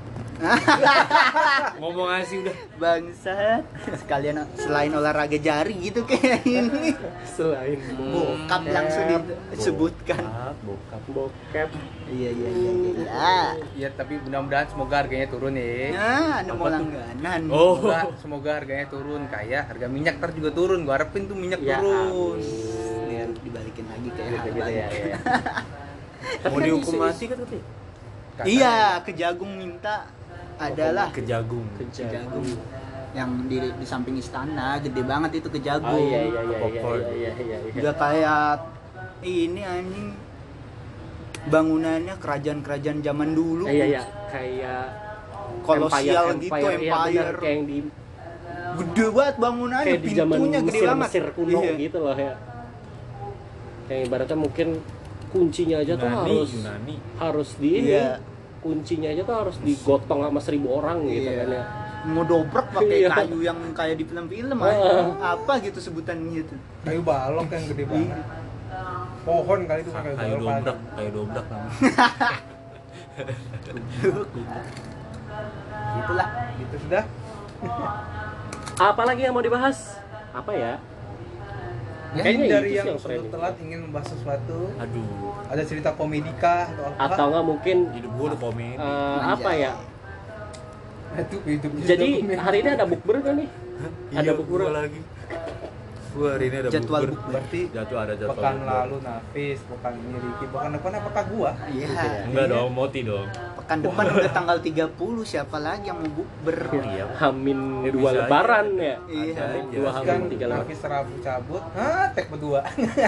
Ngomong aja udah. bangsat. Sekalian selain olahraga jari gitu kayak ini. Selain Bokap langsung disebutkan. Bokap, bokap. bokep. Iya iya iya iya. ya tapi mudah-mudahan semoga harganya turun ya. Nah, ada mau Apa tuh? langganan. Oh. Semoga, semoga harganya turun kayak harga minyak ntar juga turun. Gua harapin tuh minyak Ya turun. amin. Biar dibalikin lagi kayak Gitu, gitu harga. ya, ya. Mau dihukum mati kan tapi? Katanya. Iya, Kejagung minta adalah Kejagung. Kejagung yang di di samping istana, gede banget itu Kejagung. Oh iya iya iya iya Popcorn. iya iya iya. iya. Udah kayak ini anjing bangunannya kerajaan-kerajaan zaman dulu. Iya iya kayak Kolosial Empire, gitu, Empire, iya, benar. Empire. Kayak yang di Gede banget bangunannya, kayak di zaman pintunya gede Mesir, banget. Mesir kuno Iya. gitu loh ya. Kayak ibaratnya mungkin kuncinya aja tuh Yunani, harus Yunani. harus di ini. Iya. Kuncinya aja tuh harus digotong sama seribu orang gitu Iya. kan ya. ngedobrak pakai Iya. kayu yang kayak di film-film Heeh. aja. Apa gitu sebutannya itu. Kayu balok yang gede banget. Pohon kali itu kayu Kayu balok. dobrak, kayu dobrak namanya. Itulah. Gitu sudah. Apalagi yang mau dibahas? Apa ya? Ya, Kayaknya dari itu sih yang yang sudut trending. telat ingin membahas sesuatu. Aduh, Ada cerita komedika atau apa? Atau nggak mungkin hidup gua udah komedi. eh, apa ya? Itu hidupnya Jadi sudah komedi. hari ini ada bukber kan nih? Ada Iya, bukber gua lagi. Gua hari ini ada Jadwal bukber. bukber. Berarti Jatuh ada jadwal. pekan bukber. lalu Nafis, pekan ini Ricky, pekan depan apakah gua? Iya. Enggak dong, Moti dong. Pekan depan udah tanggal tiga puluh, siapa lagi yang mau bukber? Iya. Hamin Ya, dua bisa lebaran aja. ya. Iya. Ada Dua aja. hari. Kan tiga lebaran. Nafis Rabu cabut, hah, tek berdua.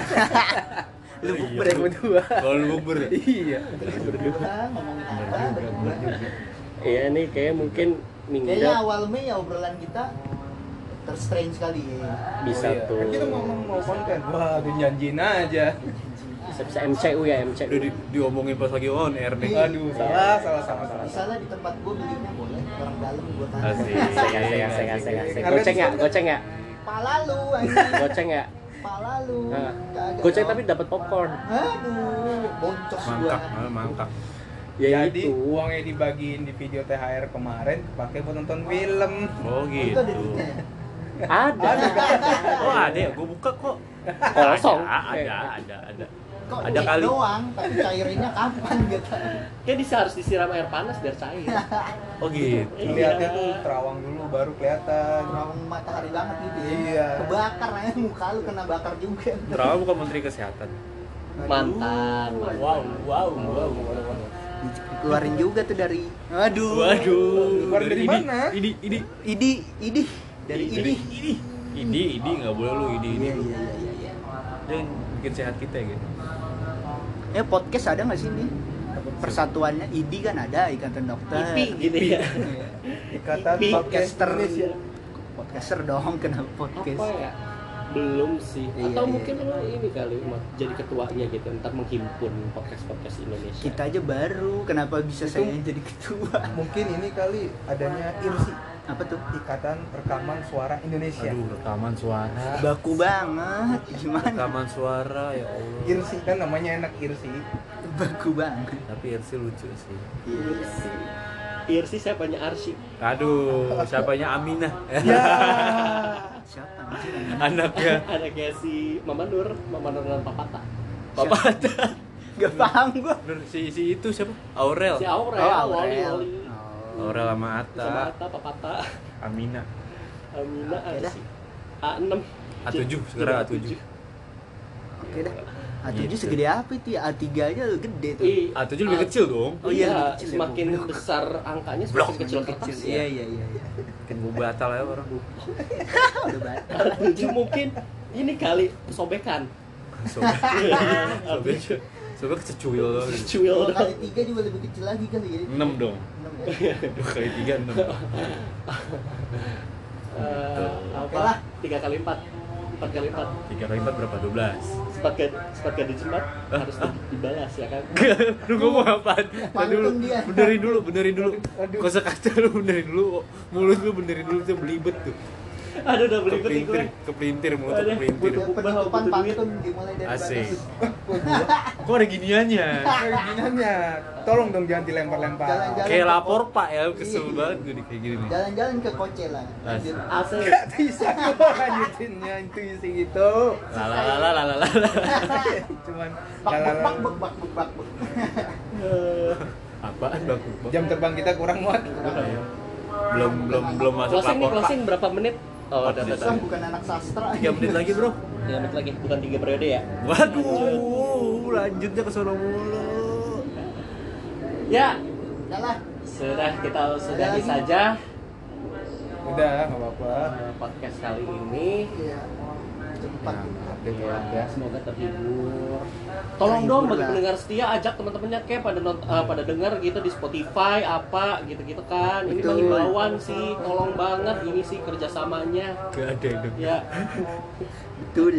Lu Iya. bukber Tek berdua. Kalau lu bukber ya? Iya. Berdua ngomongin apa? Berdua. Iya nih kayak mungkin minggu Kayaknya awal Mei ya obrolan kita terstrain sekali ya. bisa Oh, iya. tuh. Kan kita ngomong mau konten. Wah, udah janjiin aja. Bisa bisa M C U ya M C U. Udah di, diomongin pas lagi on air nih. Aduh, salah, salah, salah, salah. Misalnya di tempat gue belinya boleh orang dalam gue tanya. Asik. Asik asik asik asik asik. Harga Goceng ya, diskon goceng ya, Pala lu anjing. goceng ya. Pala lu. Nah, Kagak Goceng dong. tapi dapat popcorn. Aduh, boncos gua. Mangkak, malah mangkak. Ya Jadi itu. uangnya dibagiin di video T H R kemarin pakai buat nonton film. Oh Itu gitu. ada duitnya ya? Ada. Oh ada ya, gua buka kok. Kosong. Ada, ada, ada, ada. Kok Ada duit kali. doang, tapi cairinnya kapan gitu. Kayak bisa harus disiram air panas biar cair. Oh gitu. Lihatnya tuh terawang dulu baru kelihatan. Terawang matahari banget gitu ya. Iya. Kebakar aja muka lu kena bakar juga. Terawa bukan Menteri Kesehatan. Mantan. Wow, wow, wow, wow. Keluarin juga tuh dari. Aduh. Waduh. Keluar dari mana? Idi, idi, Idi, idi. Dari idi. idi. Idi, idi nggak boleh lu idi, idi. Iya, iya, iya, iya. Jangan bikin sehat kita gitu. Eh podcast ada nggak sih nih? Persatuannya I D I kan ada, Ikatan Dokter. I P I gitu ya. Iya. Ikatan I P I. Podcaster Indonesia. Podcaster dong, kenapa podcast? Apa ya? Belum sih. Iya, Atau iya. mungkin lo ini kali Mat, jadi ketuanya gitu, ntar menghimpun podcast-podcast Indonesia. Kita aja baru, kenapa bisa Itu- saya yang jadi ketua? Mungkin ini kali adanya I R S I, Apa tuh? Ikatan Rekaman Suara Indonesia. Aduh, rekaman suara. Baku banget, gimana? Rekaman suara ya Allah. I R S I kan namanya enak I R S I. Baku banget. Tapi Irsi lucu sih. Irsi. Irsi siapanya Arsi. Aduh, siapanya Aminah? Ya. Siapa anjir? Anaknya. Anaknya si Mama Nur, Mama Nur dan Papata. Papa ada. Gak paham gua. Nur, si, si itu siapa? Aurel. Si Aurel, Oh, Woli, Aurel. Woli. Oh. Aurel sama Sama Atta. Atta, Papata, Aminah. Amina, Oke dah. Arsi. A enam. A tujuh, sekarang A tujuh. Oke dah. A tujuh Gitu. segede apa itu ya? A tiga aja gede tuh. I, A tujuh lebih kecil dong. Oh oh iya, iya, lebih kecil ya, semakin goblok. besar angkanya Blok. semakin kecil kertas Iya, ya. iya, iya, iya. Bikin gue batal ya orang. Udah batal. A tujuh mungkin ini kali sobekan. Sobek. Sobek. Sobek secuil loh. Cuil Dua dong. kali tiga juga lebih kecil lagi kali ya. enam dong. Enam ya. Dua kali tiga enam. Eh, Oke apa? lah. Tiga kali empat. Empat kali empat. Tiga kali empat berapa? Dua belas. Sepat ke sepat ke empat harus di- dibalas ya kan. Lu ngomong apaan? Tadi dulu, Pantun dia. benerin dulu, benerin dulu. Aduh. Kosa kata lu benerin dulu. Mulut lu benerin dulu, tuh belibet tuh. Aduh udah beli beli Kepelintir, gue. kepelintir mulut tuh Aduh, kepelintir. butuh- Penutupan butuh duit. pantun dimulai dari Asik. batas. Kok ada giniannya? Kayak ginannya. Tolong dong jangan dilempar-lempar. Jalan-jalan. Kayak lapor pak ya, kesel Iya. banget gue di kayak gini nih. Jalan-jalan ke Coachella. Asik. Lanjut. Asik. Gak bisa gue lanjutinnya itu isi itu. Lalalalalalala. Cuman Bak bak lalala. bak bak bak bak bak. Eh, Apaan bang? Jam terbang kita kurang muat. Belum belum belum masuk Closing nih lapor pak. closing berapa menit? Oh, udah udah. Susah udah. bukan anak sastra. Tiga menit lagi bro. Tiga menit lagi, bukan tiga periode ya. Waduh, lanjutnya ke sono mulu. Ya, Udah lah. sudah kita sudahi lagi? saja Udah, nggak apa-apa. eh, podcast kali ini. Iya. Cepat. Ya, semoga terhibur. Tolong dong bagi pendengar setia ajak teman-temannya kayak pada nont- eh, pada dengar gitu di Spotify apa gitu-gitu kan. Ini Betul. bagi himbauan sih, tolong banget ini sih kerjasamanya. Gak ada yang denger. Ya, Betul.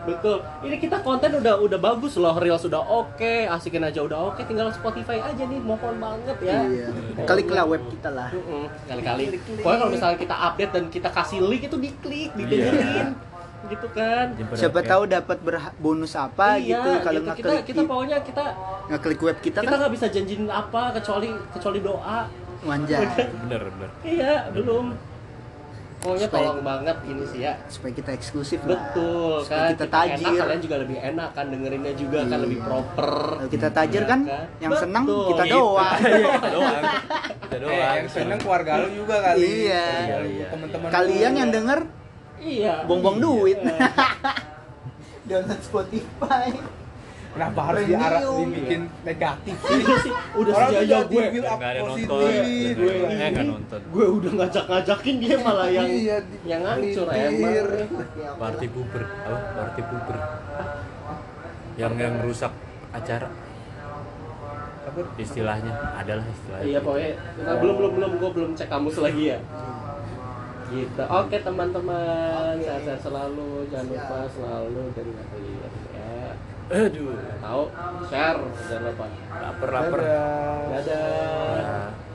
Betul. Ini kita konten udah udah bagus loh, reels sudah oke, asikin aja udah oke, tinggal Spotify aja nih, mohon banget ya. Iya. Klik lah web kita lah. Mm-mm, kali-kali. Pokoknya kalau misalnya kita update dan kita kasih link itu diklik, didengerin. Gitu kan. Siapa tahu dapat berha- bonus apa iya, gitu kalau gitu. kita ngeklik kita pokoknya kita ngeklik web kita, kita kan nggak bisa janjiin apa kecuali kecuali doa. wanjay Bener bener. Iya, belum. Pokoknya Supaya- tolong banget ini sih ya. supaya kita eksklusif lah. Betul Supaya kan. kita Kita enak, tajir. kalian juga lebih enak kan dengerinnya juga kan Iya. lebih proper. Kalau kita tajir Iya kan kan? yang senang Betul. kita Gitu. doang. Kita doang. Kita Eh, doang. yang seneng keluarga lu juga kali. Iya. Iya, iya. Teman-teman Kalian lu. yang denger Iya. buang-buang Iya. duit. Download Spotify. Kenapa harus diarah Premium. dibikin negatif sih? Udah sih, udah Orang sih tuh aja udah gue. di-build up Nggak ada positif. nonton. gue Eh ini. nggak nonton. Gue udah ngajak-ngajakin dia malah yang Iya, di- yang hancur pelintir. emang. Party pooper. Apa? Party pooper. Yang yang rusak acara. Apa? Istilahnya adalah istilahnya. Iya pokoknya nah, belum belum belum gue belum cek kamus lagi ya. Gitu. Oke teman-teman, sehat-sehat selalu, jangan lupa selalu dengerin ya. Aduh. Tahu, share, jangan lupa. Laper laper. Dadah. Dadah. Nah.